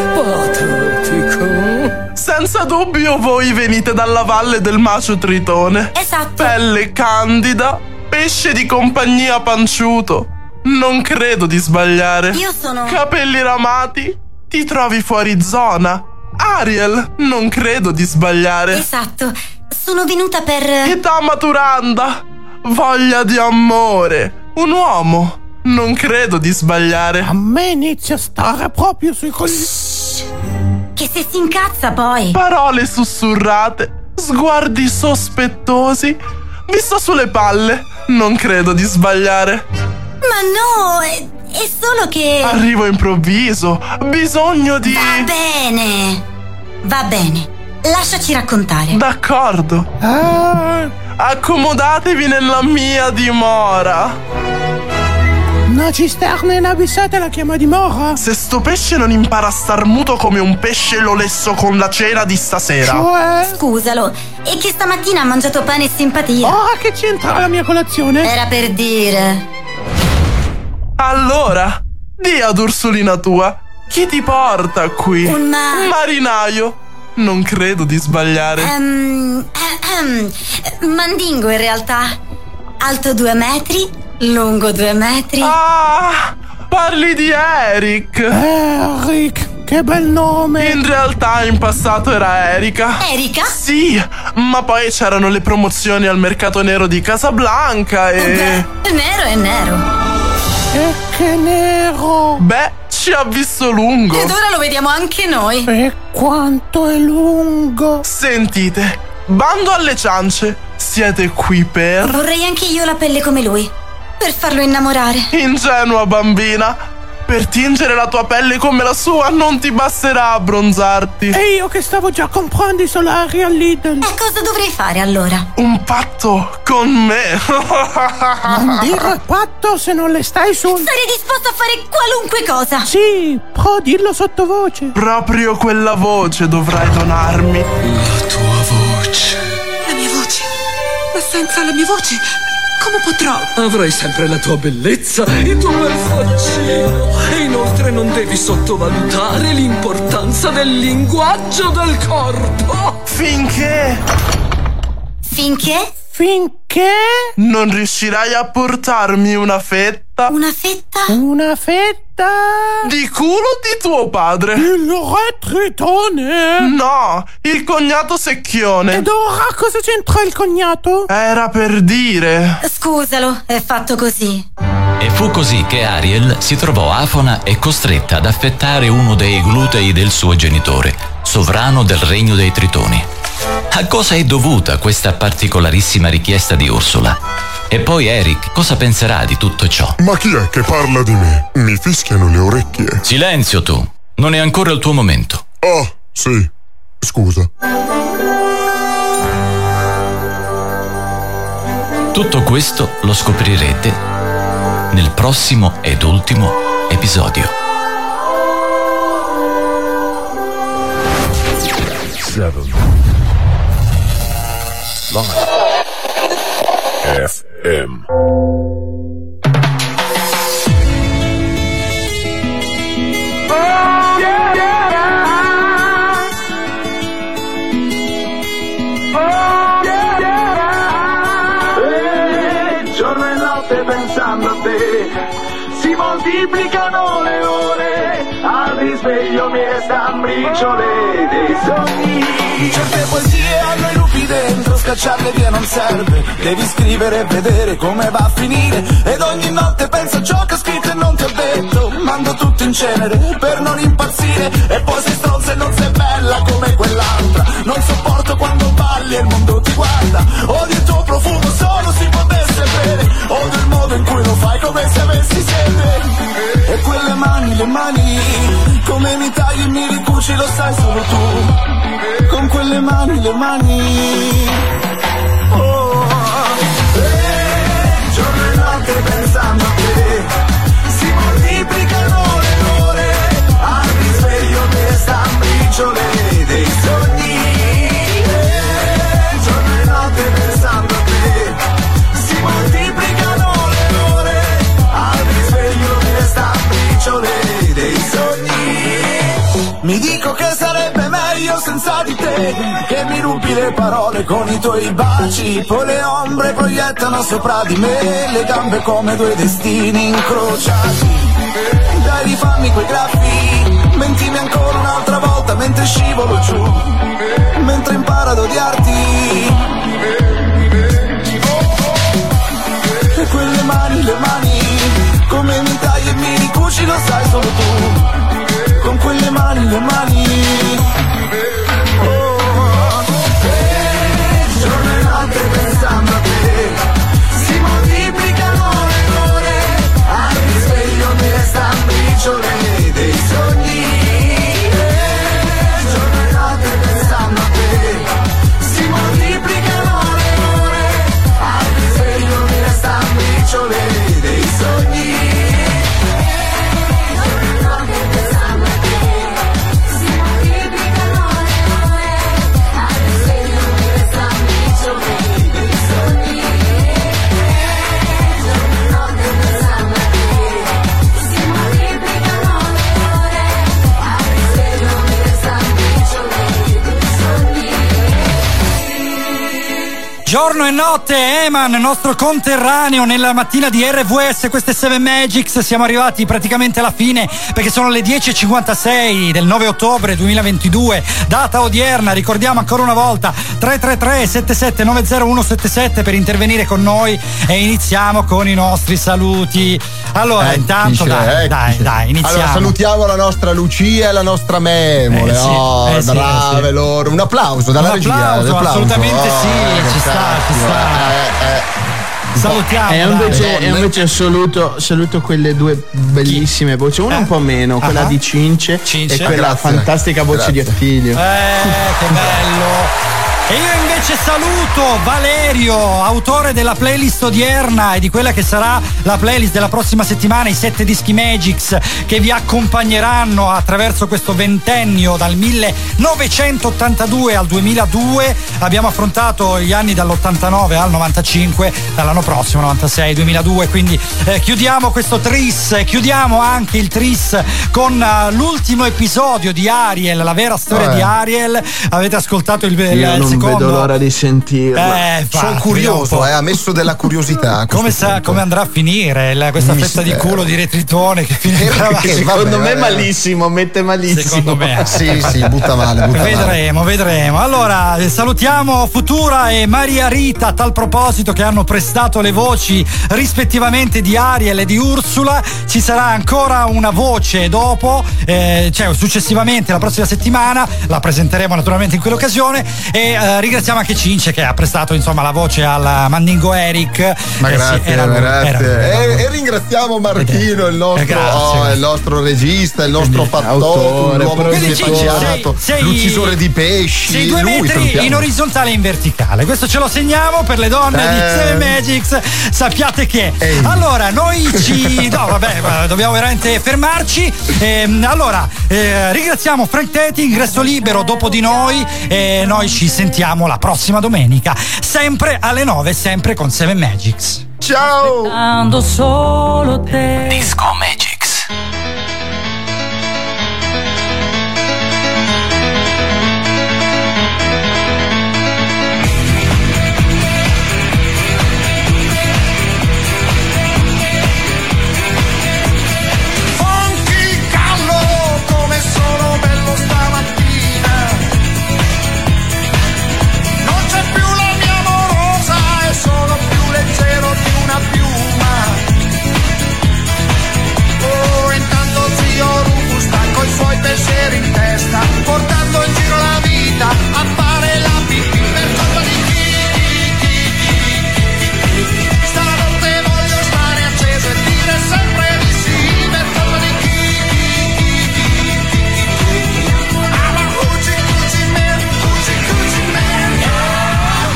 Patetico. Senza dubbio voi venite dalla valle del Macio Tritone. Esatto. Pelle candida, pesce di compagnia panciuto. Non credo di sbagliare. Io sono... Capelli ramati, ti trovi fuori zona. Ariel, non credo di sbagliare. Esatto, sono venuta per... Età maturanda, voglia di amore, un uomo, non credo di sbagliare. A me inizia a stare proprio sui coglioni. Che se si incazza poi. Parole sussurrate, sguardi sospettosi, vi sto sulle palle, non credo di sbagliare. Ma no, è, è solo che... Arrivo improvviso, bisogno di... Va bene, va bene, lasciaci raccontare. D'accordo. Ah, accomodatevi nella mia dimora. Una cisterna inabissata la chiama dimora. Se sto pesce non impara a star muto come un pesce, lo lesso con la cena di stasera. Cioè? Scusalo, è che stamattina ha mangiato pane e simpatia. Oh, che c'entra la mia colazione? Era per dire... Allora, di ad Ursulina tua, chi ti porta qui? Un ma... Un marinaio. Non credo di sbagliare. Um, um, mandingo in realtà. Alto due metri, lungo due metri. Ah, parli di Eric. Eric, che bel nome. In realtà in passato era Erika. Erika? Sì, ma poi c'erano le promozioni al mercato nero di Casablanca e... Beh, nero è nero. E che nero! Beh, ci ha visto lungo. Ed ora lo vediamo anche noi. E quanto è lungo! Sentite, bando alle ciance, siete qui per... Vorrei anche io la pelle come lui, per farlo innamorare. Ingenua bambina, per tingere la tua pelle come la sua non ti basterà abbronzarti. E io che stavo già comprando i solari al Lidl. E cosa dovrei fare allora? Un patto con me. Non dire patto se non le stai sul... Sarei disposto a fare qualunque cosa. Sì, però dillo sottovoce. Proprio quella voce dovrai donarmi. La tua voce. La mia voce. Ma senza la mia voce... come potrò? Avrai sempre la tua bellezza, il tuo bel faccino. E inoltre non devi sottovalutare l'importanza del linguaggio del corpo. Finché... Finché? Finché non riuscirai a portarmi una fetta. Una fetta? Una fetta di culo di tuo padre. Il re Tritone. No, il cognato secchione. Ed ora cosa c'entra il cognato? Era per dire. Scusalo, è fatto così. E fu così che Ariel si trovò afona e costretta ad affettare uno dei glutei del suo genitore, sovrano del regno dei Tritoni. A cosa è dovuta questa particolarissima richiesta di Ursula? E poi Eric cosa penserà di tutto ciò? Ma chi è che parla di me? Mi fischiano le orecchie. Silenzio tu, non è ancora il tuo momento. Oh, sì, scusa. Tutto questo lo scoprirete nel prossimo ed ultimo episodio. Seven. F M. Giorno e notte pensando a te, si moltiplicano le ore, al risveglio mi restan briciole dei sogni. Certe poesie hanno i lupi dentro, scacciarle via non serve, devi scrivere e vedere come va a finire. Ed ogni notte penso a ciò che ho scritto e non ti ho detto, mando tutto in cenere per non impazzire. E poi sei stronza e non sei bella come quell'altra, non sopporto quando balli e il mondo ti guarda. Odio il tuo profumo solo si potesse bere, odio il modo in cui lo fai come se avessi sete. E quelle mani, le mani, come mi tagli e mi ricuci lo sai solo tu. Con quelle mani, le mani, oh, eh, giorno e notte pensando a te, si moltiplicano le ore, al risveglio mi restan briciole dei sogni. Eh, giorno e notte pensando a te, si moltiplicano le ore, al risveglio mi restan briciole dei sogni. mi dico che sarebbe meglio senza di te, che mi rubi le parole con i tuoi baci. Poi le ombre proiettano sopra di me le gambe come due destini incrociati. Dai, rifammi quei graffi, mentimi ancora un'altra volta mentre scivolo giù, mentre imparo ad odiarti. E quelle mani, le mani, come mi tagli e mi ricuci lo sai solo tu. Con quelle mani, le mani, oh, eh, giorno e notte pensando a te, si moltiplicano le ore, al risveglio mi restan briciole dei sogni. Eh, giorno e notte pensando a te, si moltiplicano le ore, al risveglio mi restan briciole dei sogni. Giorno e notte, Eman, nostro conterraneo nella mattina di R V S, queste Seven Magics. Siamo arrivati praticamente alla fine perché sono le dieci e cinquantasei del nove ottobre duemilaventidue, data odierna. Ricordiamo ancora una volta tre tre tre sette sette nove zero uno sette sette per intervenire con noi e iniziamo con i nostri saluti. Allora, eccoci, intanto dai, dai, dai, iniziamo. Allora, salutiamo la nostra Lucia e la nostra Memole. Eh, sì, oh, eh, sì, brave eh, sì. loro. Un applauso dalla Un regia. applauso, applauso. assolutamente oh, sì, ci sta, ci sta. Eh, eh. Salutiamo. E invece, e invece saluto, saluto quelle due bellissime voci, una Eh? un po' meno, quella Ah. di Cince, Cince. e quella Grazie. fantastica voce Grazie. di Attilio. Eh, che bello. E io invece saluto Valerio, autore della playlist odierna e di quella che sarà la playlist della prossima settimana, i sette dischi Magics che vi accompagneranno attraverso questo ventennio dal millenovecentottantadue al duemiladue. Abbiamo affrontato gli anni dall'ottantanove al novantacinque, dall'anno prossimo novantasei duemiladue, quindi eh, chiudiamo questo tris, chiudiamo anche il tris con uh, l'ultimo episodio di Ariel, la vera storia Eh. di Ariel. Avete ascoltato il, Io il non secondo. Non vedo l'ora di sentirla. Eh, Sono curioso, eh, ha messo della curiosità. Come, sa, come andrà a finire la, questa fetta di culo di retritone che finirà? Che secondo me malissimo, mette malissimo. Secondo me sì, sì, butta male, butta vedremo, male. vedremo. Allora, salutiamo Futura e Maria Rita a tal proposito, che hanno prestato le voci rispettivamente di Ariel e di Ursula. Ci sarà ancora una voce dopo, eh, cioè successivamente la prossima settimana, la presenteremo naturalmente in quell'occasione. E eh, ringraziamo anche Cince che ha prestato insomma la voce al Mandingo Eric. Ma eh, grazie, sì, era lui, grazie. era lui, era lui. E, e ringraziamo Marchino, il nostro, Eh, grazie, oh, grazie. il nostro regista, il nostro fattore, l'uomo che si è paginato, l'uccisore di pesci. Sei due lui, metri salutiamo. in orizzontale e in verticale. Questo ce lo segniamo per le donne Eh. di Seven Magics. Sappiate che. Ehi. Allora, noi ci. No, vabbè, ma dobbiamo veramente fermarci. Ehm, allora, eh, ringraziamo Frank Teti, ingresso libero dopo di noi. E noi ci sentiamo la prossima domenica, sempre alle nove, sempre con Seven Magics. Ciao! Aspettando solo te. Disco Magics. Funky callo, come sono bello stamattina. Non c'è più la mia amorosa e sono più leggero di una piuma. Oh, intanto zio Rufus sta coi suoi pensieri in testa, portando in giro la vita a fare la pipì per colpa di chi, chi, chi, chi, chi. Stanotte voglio stare acceso e dire sempre di sì per colpa di chi, chi, chi, chi, chi, chi. I'm a hoochie coochie man, hoochie coochie man, yeah.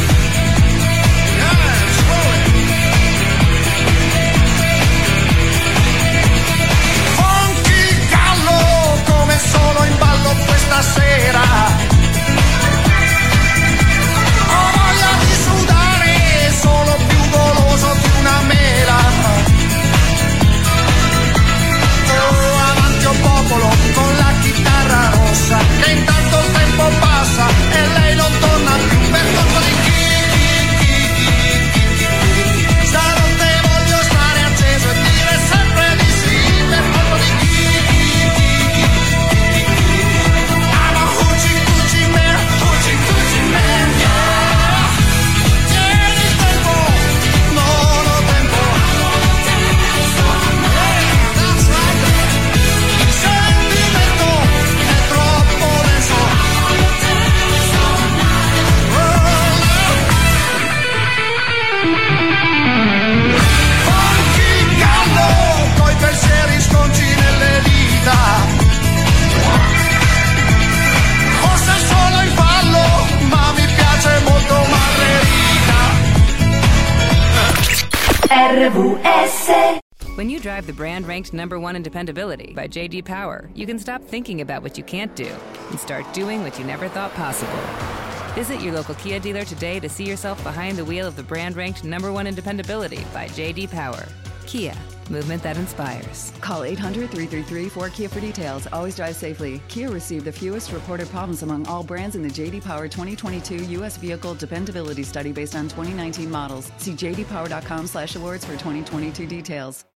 Yeah, surely. Funky gallo, come sono in ballo questa sera. Ho voglia di sudare, sono più goloso di una mela. Oh, avanti un popolo con la chitarra rossa, che intanto il tempo passa e lei non torna più per colpa di chi, chi, chi, chi, chi, chi. Stanotte voglio stare acceso e dire sempre di sì per colpa di chi, chi, chi, chi, chi, chi. I'm a hoochie coochie man, hoochie coochie man, yeah. Tieni il tempo, non ho tempo. Yeah, that's right. Il sentimento è troppo denso. Funky gallo, coi pensieri sconci nelle dita. Forse sono in fallo, ma mi piace molto Margherita. R V S. When you drive the brand ranked number one in dependability by J D Power, you can stop thinking about what you can't do and start doing what you never thought possible. Visit your local Kia dealer today to see yourself behind the wheel of the brand ranked number one in dependability by J D Power. Kia, movement that inspires. Call eight hundred, three three three, four Kia for details. Always drive safely. Kia received the fewest reported problems among all brands in the J D Power twenty twenty-two U S Vehicle Dependability Study based on twenty nineteen models. See j d power dot com slash awards for twenty twenty-two details.